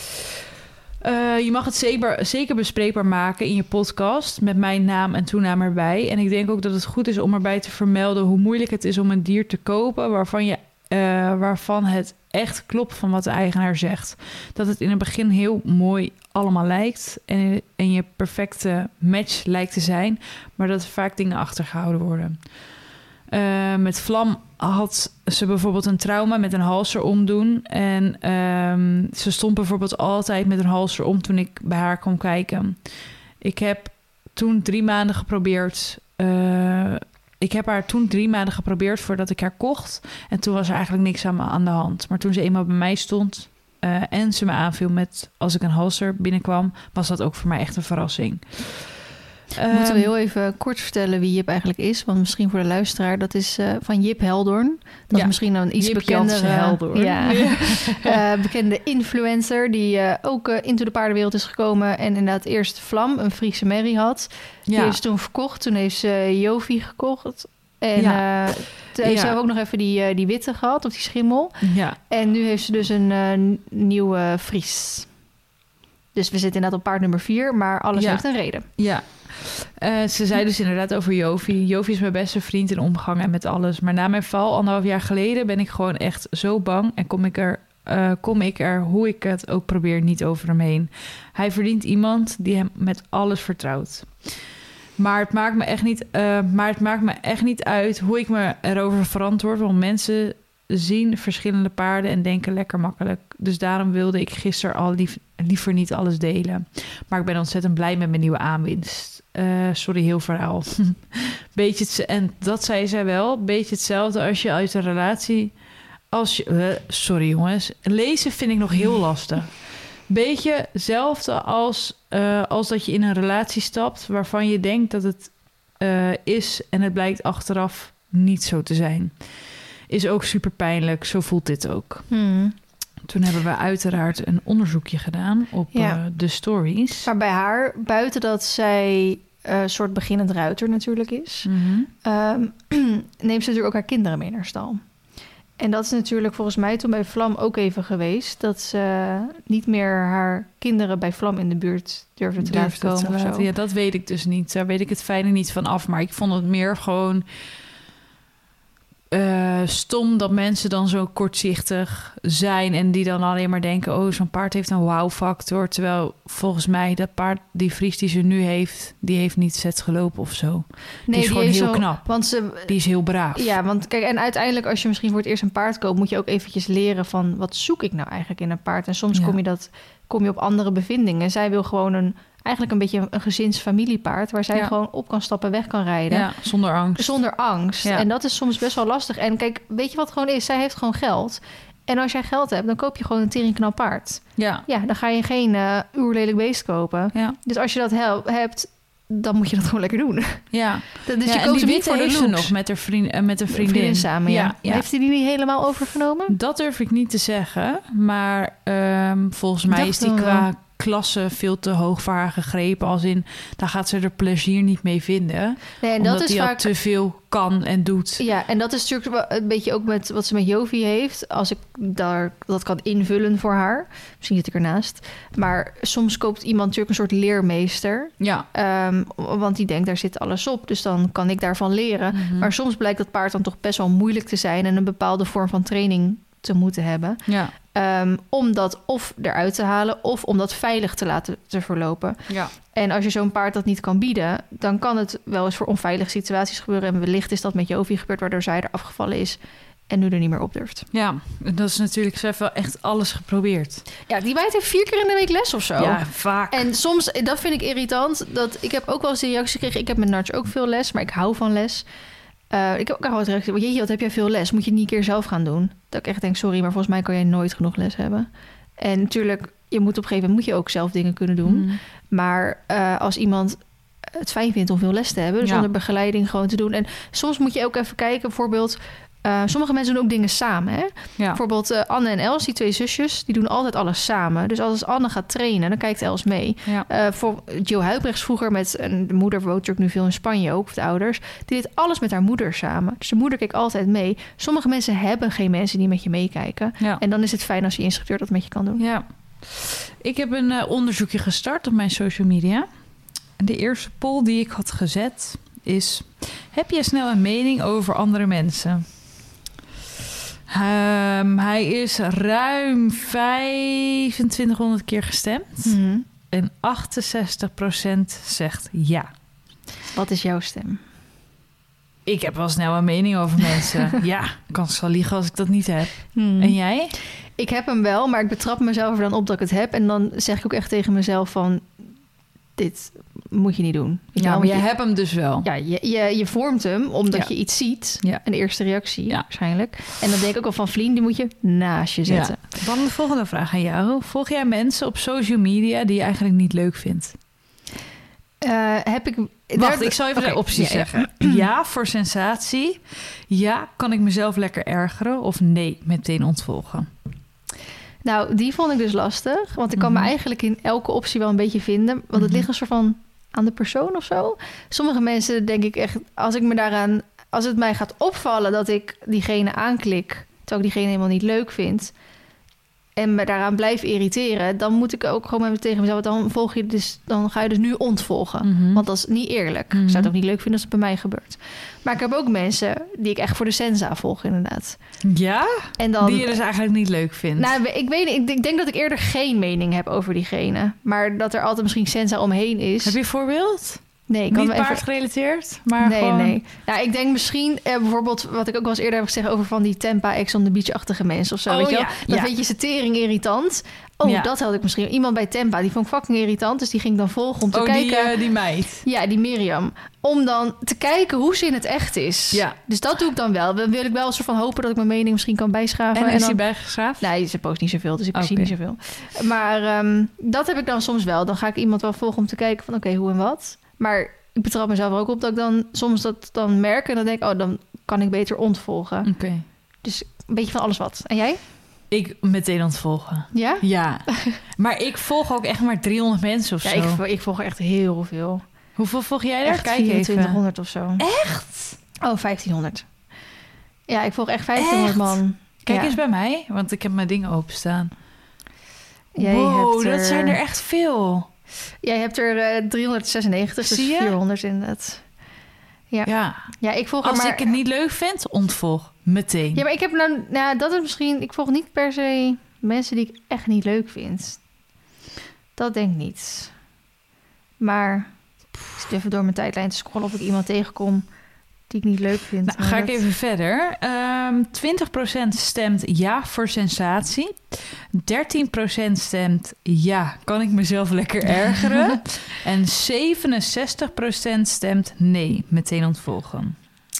Uh, je mag het zeker, zeker bespreekbaar maken in je podcast... met mijn naam en toenaam erbij. En ik denk ook dat het goed is om erbij te vermelden... hoe moeilijk het is om een dier te kopen... waarvan, je, uh, waarvan het echt klopt van wat de eigenaar zegt. Dat het in het begin heel mooi allemaal lijkt... en, en je perfecte match lijkt te zijn... maar dat er vaak dingen achtergehouden worden. Uh, met Vlam had ze bijvoorbeeld een trauma met een halster omdoen. En um, ze stond bijvoorbeeld altijd met een halster om toen ik bij haar kwam kijken. Ik heb toen drie maanden geprobeerd... Uh, ik heb haar toen drie maanden geprobeerd voordat ik haar kocht. En toen was er eigenlijk niks aan me aan de hand. Maar toen ze eenmaal bij mij stond... Uh, en ze me aanviel met als ik een halster binnenkwam... was dat ook voor mij echt een verrassing. Moeten we heel even kort vertellen wie Jip eigenlijk is? Want misschien voor de luisteraar, dat is uh, van Jip Heldoorn. Dat ja. is misschien een iets Jip bekendere... Heldoorn. Ja, uh, bekende influencer die uh, ook uh, into de paardenwereld is gekomen... en inderdaad eerst Vlam, een Friese merrie had. Die ja. heeft ze toen verkocht. Toen heeft ze Jovi gekocht. En ja. uh, toen heeft ja. ze ook nog even die, uh, die witte gehad, of die schimmel. Ja. En nu heeft ze dus een uh, nieuwe Fries... Dus we zitten inderdaad op paard nummer vier, maar alles Ja. heeft een reden. Ja. Uh, ze zei dus inderdaad over Jovi. Jovi is mijn beste vriend in omgang en met alles. Maar na mijn val, anderhalf jaar geleden, ben ik gewoon echt zo bang. En kom ik er, uh, kom ik er, hoe ik het ook probeer, niet over hem heen. Hij verdient iemand die hem met alles vertrouwt. Maar het maakt me echt niet, uh, maar het maakt me echt niet uit hoe ik me erover verantwoord. Want mensen zien verschillende paarden en denken lekker makkelijk. Dus daarom wilde ik gisteren al lief, liever niet alles delen. Maar ik ben ontzettend blij met mijn nieuwe aanwinst. Uh, sorry, heel verhaal. Beetje het, en dat zei zij wel. Beetje hetzelfde als je uit een relatie... Als je, uh, sorry jongens. Lezen vind ik nog heel lastig. Beetje hetzelfde als, uh, als dat je in een relatie stapt... waarvan je denkt dat het uh, is... en het blijkt achteraf niet zo te zijn. Is ook super pijnlijk. Zo voelt dit ook. Hmm. Toen hebben we uiteraard een onderzoekje gedaan op ja. uh, de stories. Maar bij haar, buiten dat zij een uh, soort beginnend ruiter natuurlijk is... Mm-hmm. Um, neemt ze natuurlijk ook haar kinderen mee naar stal. En dat is natuurlijk volgens mij toen bij Vlam ook even geweest... dat ze niet meer haar kinderen bij Vlam in de buurt durfde te laten komen. Te laten. Of zo. Ja, dat weet ik dus niet. Daar weet ik het fijne niet van af. Maar ik vond het meer gewoon... Uh, stom dat mensen dan zo kortzichtig zijn... en die dan alleen maar denken... oh, zo'n paard heeft een wow-factor. Terwijl volgens mij dat paard, die Fries die ze nu heeft... die heeft niet sets gelopen of zo. Nee, die is die gewoon heel zo, knap. Want ze, die is heel braaf. Ja, want kijk, en uiteindelijk als je misschien voor het eerst een paard koopt... moet je ook eventjes leren van... wat zoek ik nou eigenlijk in een paard? En soms ja. kom je dat kom je op andere bevindingen. Zij wil gewoon een... eigenlijk een beetje een gezins-familiepaard... waar zij ja. gewoon op kan stappen, weg kan rijden. Ja, zonder angst. Zonder angst. Ja. En dat is soms best wel lastig. En kijk, weet je wat gewoon is? Zij heeft gewoon geld. En als jij geld hebt, dan koop je gewoon een teringknap paard. Ja. Ja, dan ga je geen uh, uurlelijk beest kopen. Ja. Dus als je dat he- hebt, dan moet je dat gewoon lekker doen. Ja. Dus ja, je koopt die niet voor de heeft looks. ze nog met haar vriend, uh, met een vriendin. vriendin samen, ja. Ja, ja. Heeft hij die niet helemaal overgenomen? Dat durf ik niet te zeggen. Maar um, volgens mij Dacht is die qua... klasse veel te hoog voor haar gegrepen. Als in, daar gaat ze er plezier niet mee vinden. Nee, en omdat dat is hij vaak... te veel kan en doet. Ja, en dat is natuurlijk een beetje ook met wat ze met Jovi heeft. Als ik daar dat kan invullen voor haar. Misschien zit ik ernaast. Maar soms koopt iemand natuurlijk een soort leermeester. Ja. Um, want die denkt, daar zit alles op. Dus dan kan ik daarvan leren. Mm-hmm. Maar soms blijkt dat paard dan toch best wel moeilijk te zijn... en een bepaalde vorm van training te moeten hebben. Ja. Um, om dat of eruit te halen... of om dat veilig te laten te verlopen. Ja. En als je zo'n paard dat niet kan bieden... dan kan het wel eens voor onveilige situaties gebeuren. En wellicht is dat met Jovi gebeurd... waardoor zij er afgevallen is en nu er niet meer op durft. Ja, dat is natuurlijk... ze heeft wel echt alles geprobeerd. Ja, die meid heeft vier keer in de week les of zo. Ja, vaak. En soms, dat vind ik irritant... dat ik heb ook wel eens de reactie gekregen... ik heb met Narts ook veel les, maar ik hou van les... Uh, ik heb ook al wat reactie. Jeetje, wat heb jij veel les? Moet je het niet een keer zelf gaan doen? Dat ik echt denk, sorry, maar volgens mij kan jij nooit genoeg les hebben. En natuurlijk, je moet op een gegeven moment moet je ook zelf dingen kunnen doen. Mm. Maar uh, als iemand het fijn vindt om veel les te hebben, ja. zonder begeleiding gewoon te doen. En soms moet je ook even kijken, bijvoorbeeld. Uh, sommige mensen doen ook dingen samen. Hè? Ja. Bijvoorbeeld uh, Anne en Els, die twee zusjes, die doen altijd alles samen. Dus als Anne gaat trainen, dan kijkt Els mee. Ja. Uh, voor Jill Huybrechts vroeger met een de moeder woont natuurlijk nu veel in Spanje ook, of de ouders. Die deed alles met haar moeder samen. Dus de moeder keek altijd mee. Sommige mensen hebben geen mensen die met je meekijken. Ja. En dan is het fijn als je instructeur dat met je kan doen. Ja. Ik heb een uh, onderzoekje gestart op mijn social media. De eerste poll die ik had gezet is: heb je snel een mening over andere mensen? Um, hij is ruim vijfentwintighonderd keer gestemd. Mm-hmm. En achtenzestig procent zegt ja. Wat is jouw stem? Ik heb wel snel een mening over mensen. Ja, ik kan wel liegen als ik dat niet heb. Mm. En jij? Ik heb hem wel, maar ik betrap mezelf er dan op dat ik het heb. En dan zeg ik ook echt tegen mezelf van... dit moet je niet doen. Ja, ja maar je, je hebt hem dus wel. Ja, je, je, je vormt hem omdat ja. je iets ziet. Ja. Een eerste reactie ja. waarschijnlijk. En dan denk ik ook al van Vlien, die moet je naast je zetten. Ja. Dan de volgende vraag aan jou. Volg jij mensen op social media die je eigenlijk niet leuk vindt? Uh, heb ik... Wacht, daar... ik zal even okay. de opties ja, zeggen. Ja. ja, voor sensatie. Ja, kan ik mezelf lekker ergeren? Of nee, meteen ontvolgen? Nou, die vond ik dus lastig. Want ik kan mm-hmm. me eigenlijk in elke optie wel een beetje vinden. Want het mm-hmm. ligt een soort van aan de persoon of zo. Sommige mensen denk ik echt... als ik me daaraan... als het mij gaat opvallen dat ik diegene aanklik... terwijl ik diegene helemaal niet leuk vind... en me daaraan blijf irriteren, dan moet ik ook gewoon met tegen mezelf, dan volg je dus, dan ga je dus nu ontvolgen. Mm-hmm. Want dat is niet eerlijk. Mm-hmm. Ik zou het ook niet leuk vinden als het bij mij gebeurt. Maar ik heb ook mensen die ik echt voor de sensa volg, inderdaad. Ja? En dan, die je dus eigenlijk niet leuk vindt. Nou, ik weet niet, ik denk dat ik eerder geen mening heb over diegene. Maar dat er altijd misschien sensa omheen is. Heb je een voorbeeld? Nee, ik kan niet me even... paardgerelateerd, maar nee, gewoon... nee. Nou, ik denk misschien eh, bijvoorbeeld wat ik ook wel eens eerder heb gezegd over van die Tampa Ex on the Beach-achtige mensen of zo. Oh, weet je wel? ja, Dan ja. vind je ze tering irritant. Oh, Ja. dat had ik misschien. Iemand bij Tampa, die vond ik fucking irritant. Dus die ging ik dan volgen om te oh, kijken. die, uh, die meid. Ja, die Mirjam. Om dan te kijken hoe ze in het echt is. Ja. Dus dat doe ik dan wel. Dan wil ik wel een soort van hopen dat ik mijn mening misschien kan bijschaven. En is dan... die bijgeschaafd? Nee, ze post niet zoveel, dus ik Okay. zie niet zoveel. Maar um, dat heb ik dan soms wel. Dan ga ik iemand wel volgen om te kijken van oké, okay, hoe en wat. Maar ik betrap mezelf er ook op dat ik dan soms dat dan merk en dan denk ik, oh, dan kan ik beter ontvolgen. Oké. Okay. Dus een beetje van alles wat. En jij? Ik meteen ontvolgen. Ja? Ja. Maar ik volg ook echt maar driehonderd mensen of ja, zo. Ik, ik volg echt heel veel. Hoeveel volg jij daar? Echt Kijk even. vierentwintighonderd of zo. Echt? Oh, vijftienhonderd. Ja, ik volg echt vijftienhonderd man. Kijk ja. eens bij mij, want ik heb mijn dingen openstaan. Jij wow, hebt er... dat zijn er echt veel. Jij hebt er uh, driehonderdzesennegentig, dus vierhonderd inderdaad. Ja. Ja. Ja, ik volg Als maar... ik het niet leuk vind, ontvolg. Meteen. Ja, maar ik heb nou... Nou, dat is misschien... Ik volg niet per se mensen die ik echt niet leuk vind. Dat denk ik niet. Maar... Pff, ik zit even door mijn tijdlijn te scrollen of ik iemand tegenkom die ik niet leuk vind. Nou, maar ga dat... ik even verder. Um, twintig procent stemt ja voor sensatie. dertien procent stemt ja, kan ik mezelf lekker ergeren. En zevenenzestig procent stemt nee, meteen ontvolgen.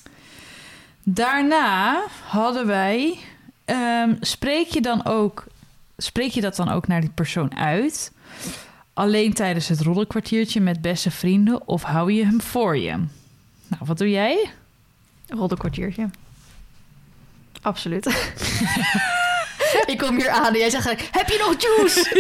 Daarna hadden wij... Um, spreek je dan ook... Spreek je dat dan ook naar die persoon uit? Alleen tijdens het roddelkwartiertje met beste vrienden... of hou je hem voor je? Nou, wat doe jij? Roddelkwartiertje. Absoluut. Ik kom hier aan en jij zegt... Heb je nog juice?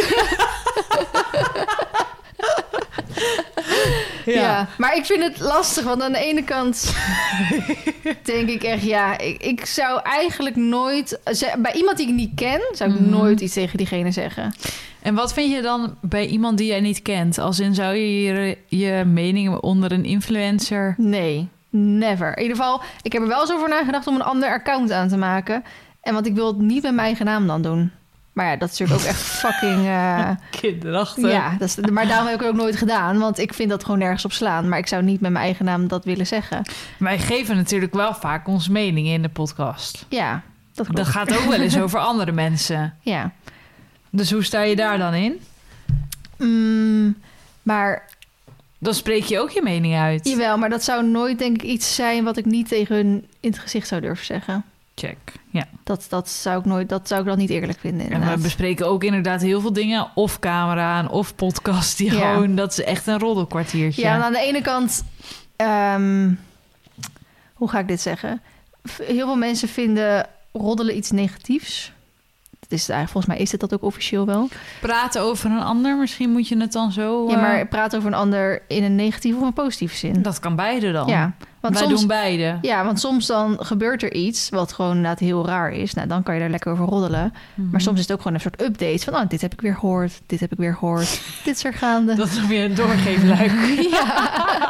ja. ja, maar ik vind het lastig. Want aan de ene kant denk ik echt... Ja, ik, ik zou eigenlijk nooit... Bij iemand die ik niet ken... zou ik mm. nooit iets tegen diegene zeggen. En wat vind je dan bij iemand die jij niet kent? Als in, zou je je, je mening onder een influencer... Nee, never. In ieder geval, ik heb er wel eens over nagedacht om een ander account aan te maken. En want ik wil het niet met mijn eigen naam dan doen. Maar ja, dat is natuurlijk ook echt fucking... Uh... Kinderachtig. Ja, dat is, maar daarom heb ik het ook nooit gedaan. Want ik vind dat gewoon nergens op slaan. Maar ik zou niet met mijn eigen naam dat willen zeggen. Wij geven natuurlijk wel vaak onze mening in de podcast. Ja, dat klopt. Dat gaat ook wel eens over andere mensen. Ja. Dus hoe sta je daar dan in? Mm, maar... Dan spreek je ook je mening uit. Jawel, maar dat zou nooit denk ik iets zijn... wat ik niet tegen hun in het gezicht zou durven zeggen. Check, ja. Dat, dat, zou ik nooit, dat zou ik dan niet eerlijk vinden, inderdaad. En we bespreken ook inderdaad heel veel dingen... of camera en of podcast. Die ja. gewoon, dat is echt een roddelkwartiertje. Ja, en aan de ene kant... Um, hoe ga ik dit zeggen? Heel veel mensen vinden roddelen iets negatiefs... Het is eigenlijk, volgens mij is dit dat ook officieel wel. Praten over een ander, misschien moet je het dan zo... Ja, maar praten over een ander in een negatieve of een positieve zin. Dat kan beide dan. Ja, want Wij soms, doen beide. Ja, want soms dan gebeurt er iets wat gewoon inderdaad heel raar is. Nou, dan kan je daar lekker over roddelen. Mm-hmm. Maar soms is het ook gewoon een soort update van... oh, dit heb ik weer gehoord, dit heb ik weer gehoord, dit is er gaande. Dat is weer een doorgeefluik. Ja.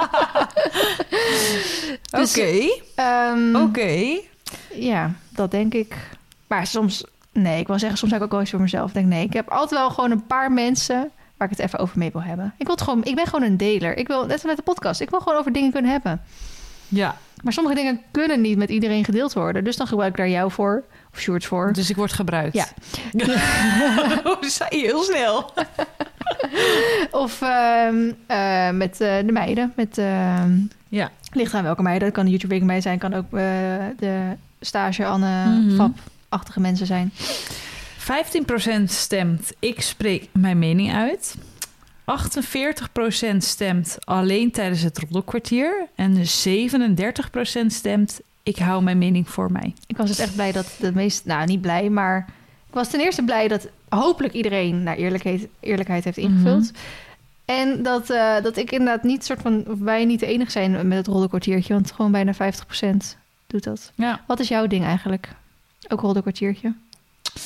Oké. Dus, Oké. Um, Oké. Okay. Ja, dat denk ik. Maar soms... Nee, ik wil zeggen, soms zou ik ook wel eens voor mezelf denk nee, ik heb altijd wel gewoon een paar mensen waar ik het even over mee wil hebben. Ik wil het gewoon, ik ben gewoon een deler. Ik wil, net als met de podcast, ik wil gewoon over dingen kunnen hebben. Ja. Maar sommige dingen kunnen niet met iedereen gedeeld worden. Dus dan gebruik ik daar jou voor, of Sjoerd voor. Dus ik word gebruikt. Ja. Oh, dat zei je heel snel. Of uh, uh, met uh, de meiden. Met, uh, ja. Ligt aan welke meiden. Dat kan de YouTube Week mij zijn. Kan ook uh, de stage Anne, mm-hmm. Fab. Achtige mensen zijn. vijftien procent stemt ik spreek mijn mening uit. achtenveertig procent stemt alleen tijdens het roddelkwartier. En zevenendertig procent stemt ik hou mijn mening voor mij. Ik was dus echt blij dat de meeste... Nou, niet blij, maar... Ik was ten eerste blij dat hopelijk iedereen naar eerlijkheid, eerlijkheid heeft ingevuld. Mm-hmm. En dat, uh, dat ik inderdaad niet soort van... Of wij niet de enige zijn met het roddelkwartiertje. Want gewoon bijna vijftig procent doet dat. Ja. Wat is jouw ding eigenlijk? Ook roddelkwartiertje?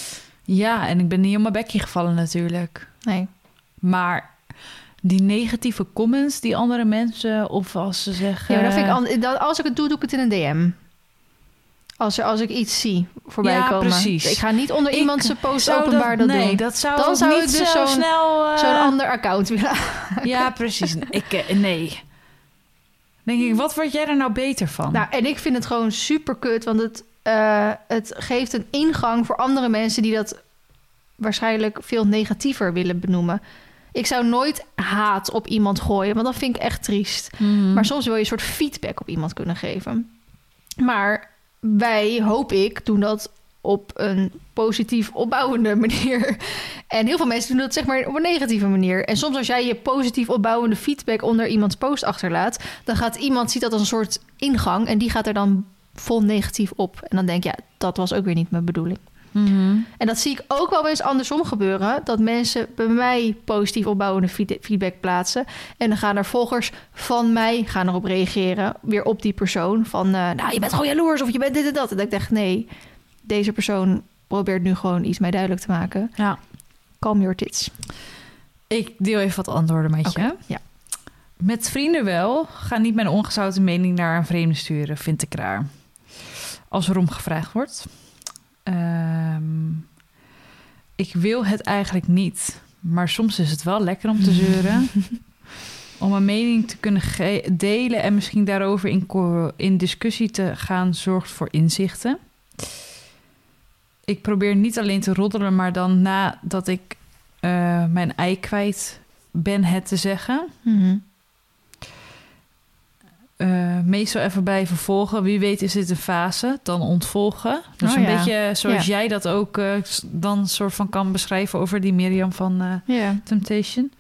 Ja, en ik ben niet op mijn bekje gevallen natuurlijk. Nee. Maar die negatieve comments die andere mensen... of als ze zeggen... Ja, maar dat vind ik, dat, als ik het doe, doe ik het in een D M. Als, er, als ik iets zie voorbij ja, komen. Precies. Ik ga niet onder ik iemand zijn post openbaar dat, dat doen. Nee, dat zou Dan zou niet ik dus zo zo'n, snel... Uh... zo'n ander account willen. Ja, precies. Ik, uh, nee. Denk ik, wat word jij er nou beter van? Nou, en ik vind het gewoon super kut, want het, uh, het geeft een ingang voor andere mensen die dat waarschijnlijk veel negatiever willen benoemen. Ik zou nooit haat op iemand gooien, want dat vind ik echt triest. Mm. Maar soms wil je een soort feedback op iemand kunnen geven. Maar wij, hoop ik, doen dat op een positief opbouwende manier. En heel veel mensen doen dat zeg maar op een negatieve manier. En soms als jij je positief opbouwende feedback onder iemands post achterlaat, dan gaat iemand, ziet dat als een soort ingang en die gaat er dan vol negatief op. En dan denk je, ja, dat was ook weer niet mijn bedoeling. Mm-hmm. En dat zie ik ook wel eens andersom gebeuren. Dat mensen bij mij positief opbouwende feedback plaatsen. En dan gaan er volgers van mij gaan erop reageren. Weer op die persoon. Van, uh, nou, je bent gewoon jaloers of je bent dit en dat. En ik dacht, nee, deze persoon probeert nu gewoon iets mij duidelijk te maken. Ja. Calm your tits. Ik deel even wat antwoorden met okay, je. Ja. Met vrienden wel. Ga niet mijn ongezouten mening naar een vreemde sturen. Vind ik raar. Als erom gevraagd wordt... Um, ik wil het eigenlijk niet, maar soms is het wel lekker om te zeuren. Om een mening te kunnen ge- delen en misschien daarover in, co- in discussie te gaan, zorgt voor inzichten. Ik probeer niet alleen te roddelen, maar dan nadat ik uh, mijn ei kwijt ben, het te zeggen. Mm-hmm. Uh, meestal even blijven volgen. Wie weet is dit een fase. Dan ontvolgen. Dus oh, een ja. beetje zoals ja. jij dat ook uh, dan soort van kan beschrijven over die Mirjam van uh, ja. Temptation.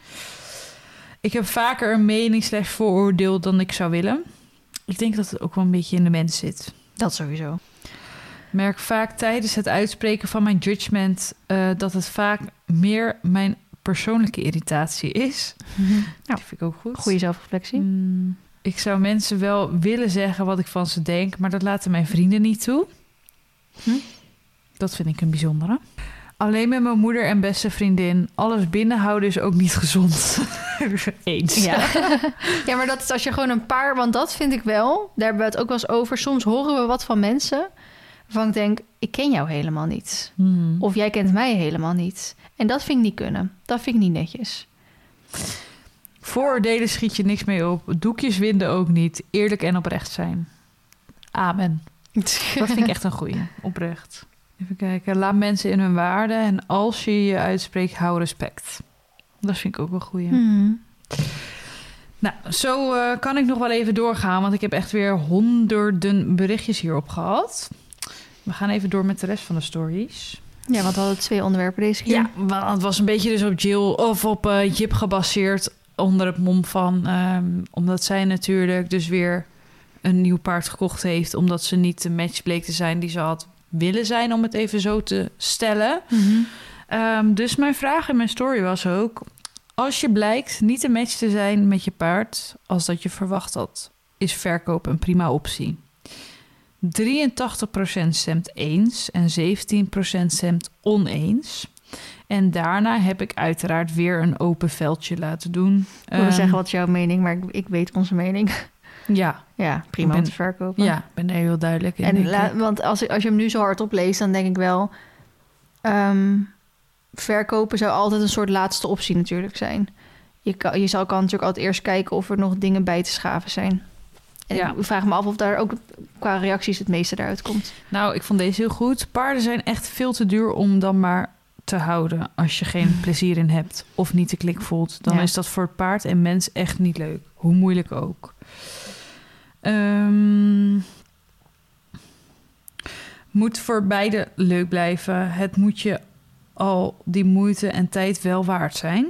Ik heb vaker een mening slechts vooroordeel dan ik zou willen. Ik denk dat het ook wel een beetje in de mens zit. Dat sowieso. Merk vaak tijdens het uitspreken van mijn judgment uh, dat het vaak meer mijn persoonlijke irritatie is. Mm-hmm. Nou, dat vind ik ook goed. Goeie zelfreflectie. Mm. Ik zou mensen wel willen zeggen wat ik van ze denk, maar dat laten mijn vrienden niet toe. Hm? Dat vind ik een bijzondere. Alleen met mijn moeder en beste vriendin. Alles binnenhouden is ook niet gezond. Eens. Ja. Ja, maar dat is als je gewoon een paar... Want dat vind ik wel, daar hebben we het ook wel eens over. Soms horen we wat van mensen waarvan ik denk, ik ken jou helemaal niet. Hmm. Of jij kent mij helemaal niet. En dat vind ik niet kunnen. Dat vind ik niet netjes. Vooroordelen schiet je niks mee op. Doekjes winden ook niet. Eerlijk en oprecht zijn. Amen. Dat vind ik echt een goeie. Oprecht. Even kijken. Laat mensen in hun waarde. En als je je uitspreekt, hou respect. Dat vind ik ook wel goeie. Hmm. Nou, zo uh, kan ik nog wel even doorgaan. Want ik heb echt weer honderden berichtjes hierop gehad. We gaan even door met de rest van de stories. Ja, want we hadden twee onderwerpen deze keer. Ja, want het was een beetje dus op Jill of op uh, Jip gebaseerd. Onder het mom van... Um, omdat zij natuurlijk dus weer een nieuw paard gekocht heeft. Omdat ze niet de match bleek te zijn die ze had willen zijn. Om het even zo te stellen. Mm-hmm. Um, dus mijn vraag in mijn story was ook... Als je blijkt niet een match te zijn met je paard... als dat je verwacht had... is verkoop een prima optie. drieëntachtig procent stemt eens... en zeventien procent stemt oneens... En daarna heb ik uiteraard weer een open veldje laten doen. Ik wilde um, zeggen, wat is jouw mening? Maar ik, ik weet onze mening. Ja. Ja, prima ben, om te verkopen. Ja, ik ben er heel duidelijk in. En la, want als, als je hem nu zo hardop leest, dan denk ik wel... Um, verkopen zou altijd een soort laatste optie natuurlijk zijn. Je kan, je zal, kan natuurlijk altijd eerst kijken of er nog dingen bij te schaven zijn. En ja. Ik vraag me af of daar ook qua reacties het meeste eruit komt. Nou, ik vond deze heel goed. Paarden zijn echt veel te duur om dan maar... te houden als je geen plezier in hebt of niet de klik voelt, dan ja. is dat voor het paard en mens echt niet leuk, hoe moeilijk ook. Um, moet voor beide leuk blijven. Het moet je al die moeite en tijd wel waard zijn.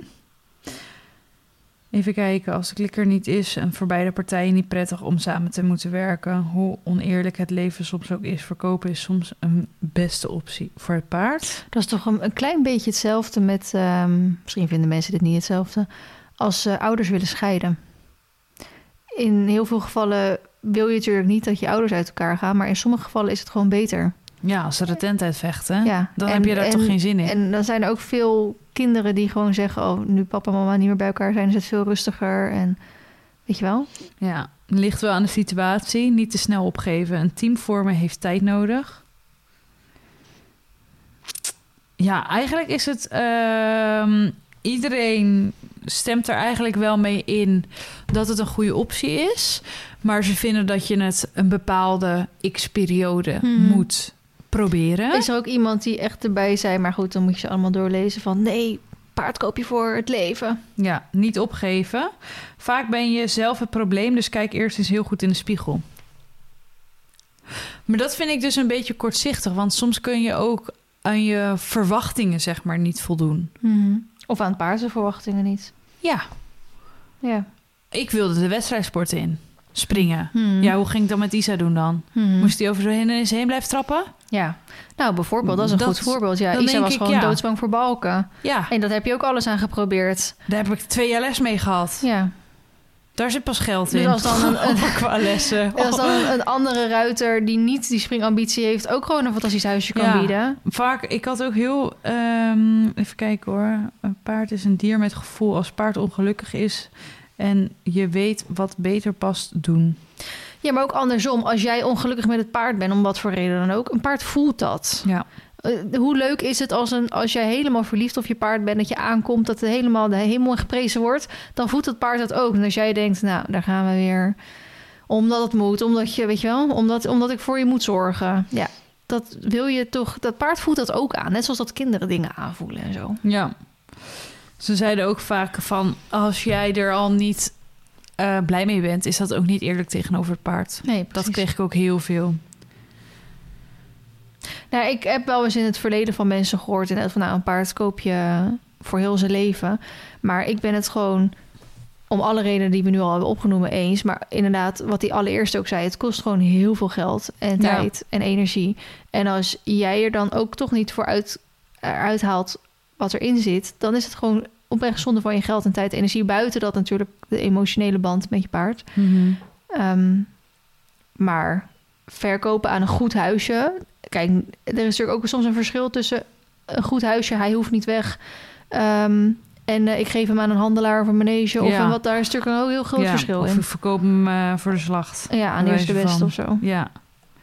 Even kijken, als de klikker niet is en voor beide partijen niet prettig om samen te moeten werken, hoe oneerlijk het leven soms ook is, verkopen is soms een beste optie voor het paard. Dat is toch een, een klein beetje hetzelfde met, um, misschien vinden mensen dit niet hetzelfde, als uh, ouders willen scheiden. In heel veel gevallen wil je natuurlijk niet dat je ouders uit elkaar gaan, maar in sommige gevallen is het gewoon beter. Ja, als ze de tent uitvechten, Ja. dan En- heb je daar en- toch geen zin in. En dan zijn er ook veel kinderen die gewoon zeggen... oh, nu papa en mama niet meer bij elkaar zijn, is het veel rustiger. En weet je wel? Ja, ligt wel aan de situatie. Niet te snel opgeven. Een team vormen heeft tijd nodig. Ja, eigenlijk is het... ehm, iedereen stemt er eigenlijk wel mee in dat het een goede optie is. Maar ze vinden dat je het een bepaalde x-periode Hmm. moet proberen. Is er ook iemand die echt erbij zei... maar goed, dan moet je ze allemaal doorlezen van... nee, paard koop je voor het leven. Ja, niet opgeven. Vaak ben je zelf het probleem, dus kijk eerst eens heel goed in de spiegel. Maar dat vind ik dus een beetje kortzichtig, want soms kun je ook aan je verwachtingen, zeg maar, niet voldoen. Of aan het paard zijn verwachtingen niet. Ja, Ja. ik wilde de wedstrijdsport in. Springen. Hmm. Ja, hoe ging ik dat met Isa doen dan? Hmm. Moest hij over zo heen en eens heen blijven trappen? Ja. Nou, bijvoorbeeld, dat is een Dat- goed voorbeeld. Ja, dan Isa denk was ik, gewoon ja. doodsbang voor balken. Ja, En dat heb je ook alles aan geprobeerd. daar heb ik twee jaar les mee gehad. Ja. Daar zit pas geld Dus in. als dan een- een- Qua lessen. En als dan een, een andere ruiter die niet die springambitie heeft... ook gewoon een fantastisch huisje kan Ja. bieden. Vaak, ik had ook heel... ehm, even kijken hoor. Een paard is een dier met gevoel. Als paard ongelukkig is en je weet wat beter past, doen. Ja, maar ook andersom. Als jij ongelukkig met het paard bent, om wat voor reden dan ook... een paard voelt dat. Ja, Eh, hoe leuk is het als, een, als jij helemaal verliefd op je paard bent... dat je aankomt, dat het helemaal de hemel geprezen wordt... dan voelt het paard dat ook. En als jij denkt, nou, daar gaan we weer... omdat het moet, omdat je, weet je wel... omdat, omdat ik voor je moet zorgen. Ja, dat wil je toch... dat paard voelt dat ook aan. Net zoals dat kinderen dingen aanvoelen en zo. ja. Ze zeiden ook vaak van... als jij er al niet eh, blij mee bent... is dat ook niet eerlijk tegenover het paard. Nee, Dat precies. kreeg ik ook heel veel. Nou, ik heb wel eens in het verleden van mensen gehoord... inderdaad van, nou, een paard koop je voor heel zijn leven. Maar ik ben het gewoon... om alle redenen die we nu al hebben opgenomen eens. Maar inderdaad, wat die allereerst ook zei... het kost gewoon heel veel geld en Ja. tijd en energie. En als jij er dan ook toch niet voor uit, eruit haalt wat erin zit... dan is het gewoon oprecht zonde van je geld en tijd en energie. Buiten dat natuurlijk de emotionele band met je paard. Ehm, maar verkopen aan een goed huisje... Kijk, er is natuurlijk ook soms een verschil tussen een goed huisje... hij hoeft niet weg... Ehm, en uh, ik geef hem aan een handelaar of een manege... of Ja. een wat, daar is natuurlijk een heel groot Ja, verschil of in. we verkopen hem eh, voor de slacht. Ja, aan bij eerste wijze best van. of zo. Ja.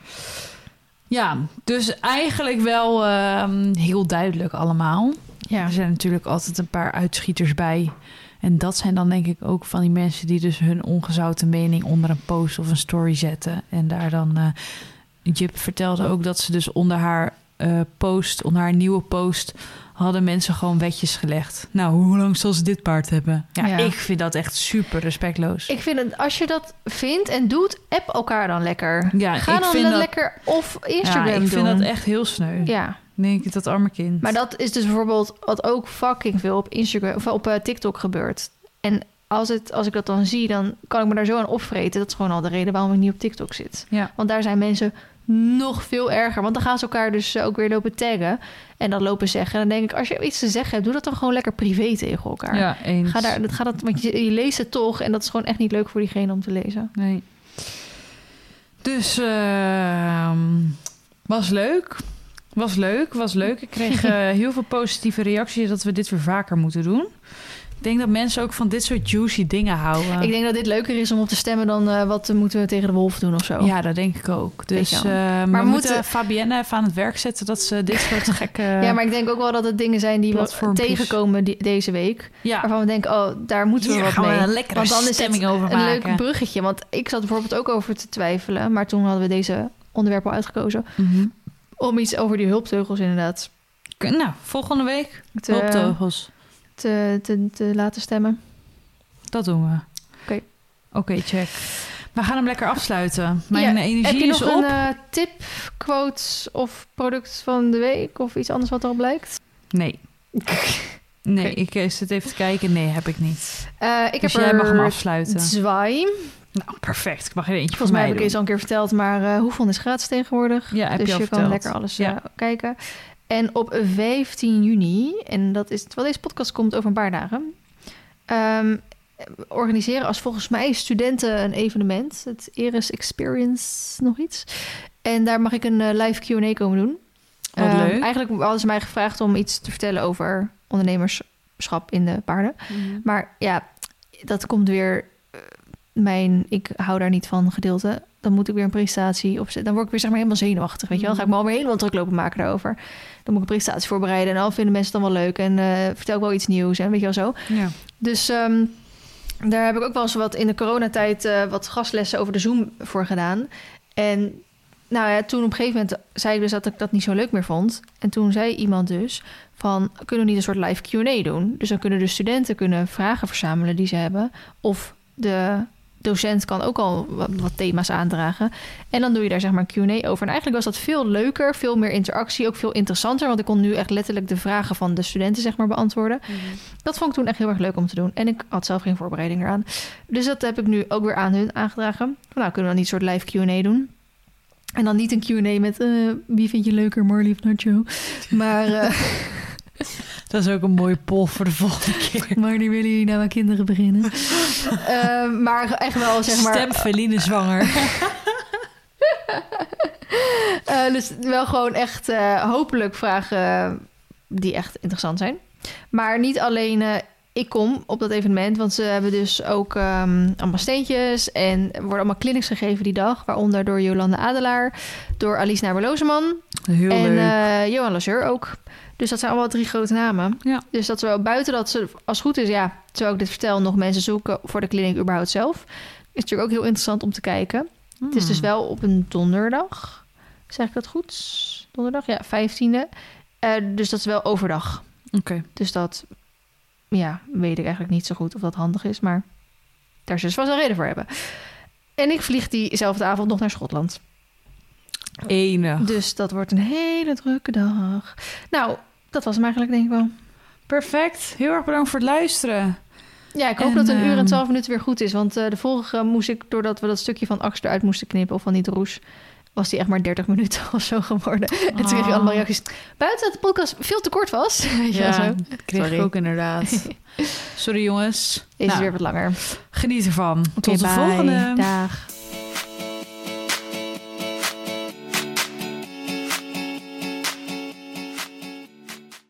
Ja, dus eigenlijk wel ehm, heel duidelijk allemaal. Ja. Er zijn natuurlijk altijd een paar uitschieters bij. En dat zijn dan denk ik ook van die mensen... die dus hun ongezouten mening onder een post of een story zetten. En daar dan... Uh, Jip vertelde ook dat ze dus onder haar uh, post... onder haar nieuwe post... hadden mensen gewoon wetjes gelegd. Nou, hoe lang zal ze dit paard hebben? Ja, Ja. ik vind dat echt super respectloos. Ik vind het, als je dat vindt en doet... app elkaar dan lekker. Ja, Ga ik dan vind dat- lekker of Instagram ja, ik doen. vind dat echt heel sneu. Ja, denk ik, dat arme kind. maar dat is dus bijvoorbeeld... wat ook fucking veel op Instagram of op uh, TikTok gebeurt. En als, het, als ik dat dan zie, dan kan ik me daar zo aan opvreten. Dat is gewoon al de reden waarom ik niet op TikTok zit. Ja. Want daar zijn mensen nog veel erger. Want dan gaan ze elkaar dus ook weer lopen taggen. En dan lopen zeggen. En dan denk ik, als je iets te zeggen hebt... doe dat dan gewoon lekker privé tegen elkaar. Ja, eens. Ga daar, dat gaat dat, want je, je leest het toch. En dat is gewoon echt niet leuk voor diegene om te lezen. Nee. Dus, uh, was leuk. Was leuk, was leuk. Ik kreeg uh, heel veel positieve reacties... dat we dit weer vaker moeten doen. Ik denk dat mensen ook van dit soort juicy dingen houden. Ik denk dat dit leuker is om op te stemmen... dan uh, wat moeten we tegen de wolf doen of zo. Ja, dat denk ik ook. Dus uh, maar we moeten, moeten Fabienne even aan het werk zetten... dat ze dit soort gekke... Ja, maar ik denk ook wel dat het dingen zijn die we tegenkomen die, deze week. Ja. Waarvan we denken, oh, daar moeten Hier we wat gaan mee. We een lekkere want dan stemming is het over een maken. leuk bruggetje. Want ik zat bijvoorbeeld ook over te twijfelen... maar toen hadden we deze onderwerp al uitgekozen... Mm-hmm. om iets over die hulpteugels inderdaad... Nou, volgende week te, hulpteugels. Te, te, te laten stemmen. Dat doen we. Oké. Okay. Oké, okay, check. We gaan hem lekker afsluiten. Mijn ja, energie heb je is nog op. een uh, tip, quote of product van de week... of iets anders wat erop blijkt? Nee. Nee, okay. Ik zit even te kijken. Nee, heb ik niet. Uh, ik dus heb jij er mag hem afsluiten. Zwaai. Nou, perfect. Ik mag er eentje Volgens mij heb doen. ik eens al een keer verteld... maar uh, Hoeveel is gratis tegenwoordig? Ja, heb dus je al je verteld. kan lekker alles ja. uh, kijken. En op vijftien juni... en dat is terwijl deze podcast komt over een paar dagen... Um, organiseren als volgens mij studenten een evenement. Het Eris Experience nog iets. En daar mag ik een uh, live Q en A komen doen. Wat um, leuk. Eigenlijk hadden ze mij gevraagd om iets te vertellen over ondernemerschap in de paarden. Mm-hmm. Maar ja, dat komt weer... Uh, mijn, ik hou daar niet van gedeelte. Dan moet ik weer een presentatie opzetten. Dan word ik weer zeg maar helemaal zenuwachtig, weet je wel. Dan ga ik me alweer helemaal druk lopen maken daarover. Dan moet ik een presentatie voorbereiden. En dan vinden mensen het dan wel leuk. En uh, vertel ik wel iets nieuws. En weet je wel zo. Ja. Dus um, daar heb ik ook wel eens wat in de coronatijd... Uh, wat gastlessen over de Zoom voor gedaan. En nou ja, toen op een gegeven moment zei ik dus dat ik dat niet zo leuk meer vond. En toen zei iemand dus van... kunnen we niet een soort live Q en A doen? Dus dan kunnen de studenten kunnen vragen verzamelen die ze hebben. Of de... docent kan ook al wat, wat thema's aandragen. En dan doe je daar zeg maar een Q en A over. En eigenlijk was dat veel leuker, veel meer interactie, ook veel interessanter. Want ik kon nu echt letterlijk de vragen van de studenten zeg maar beantwoorden. Mm-hmm. Dat vond ik toen echt heel erg leuk om te doen. En ik had zelf geen voorbereiding eraan. Dus dat heb ik nu ook weer aan hun aangedragen. Nou, kunnen we dan niet een soort live Q en A doen? En dan niet een Q en A met... Uh, wie vind je leuker, Marley of Nacho? Maar... Uh, dat is ook een mooie poll voor de volgende keer. Wanneer willen jullie nou aan kinderen beginnen? uh, maar echt wel, zeg maar... Stem Feline zwanger. uh, dus wel gewoon echt uh, hopelijk vragen die echt interessant zijn. Maar niet alleen uh, ik kom op dat evenement. Want ze hebben dus ook um, allemaal steentjes. En er worden allemaal clinics gegeven die dag. Waaronder door Jolande Adelaar. Door Alice Naber-Lozeman. Heel en leuk. Uh, Johan Lazur ook. Dus dat zijn allemaal drie grote namen. Ja. Dus dat we buiten dat ze, als het goed is, ja, terwijl ik dit vertel, nog mensen zoeken voor de kliniek überhaupt zelf. Is natuurlijk ook heel interessant om te kijken. Hmm. Het is dus wel op een donderdag. Zeg ik dat goed? Donderdag? Ja, vijftiende. Uh, dus dat is wel overdag. Oké. Okay. Dus dat, ja, weet ik eigenlijk niet zo goed of dat handig is. Maar daar zullen ze vast een reden voor hebben. En ik vlieg diezelfde avond nog naar Schotland. Enig. Dus dat wordt een hele drukke dag. Nou, dat was hem eigenlijk denk ik wel. Perfect. Heel erg bedankt voor het luisteren. Ja, ik hoop en, dat een um... uur en twaalf minuten weer goed is. Want uh, de vorige moest ik, doordat we dat stukje van Ax eruit moesten knippen... of van die Roes, was die echt maar dertig minuten of zo geworden. Oh. En toen kreeg je allemaal reacties. Buiten dat de podcast veel te kort was. Ja, zo. kreeg Sorry. ik ook inderdaad. Sorry jongens. Is nou, weer wat langer. Geniet ervan. Okay, Tot de bye. volgende. Dag.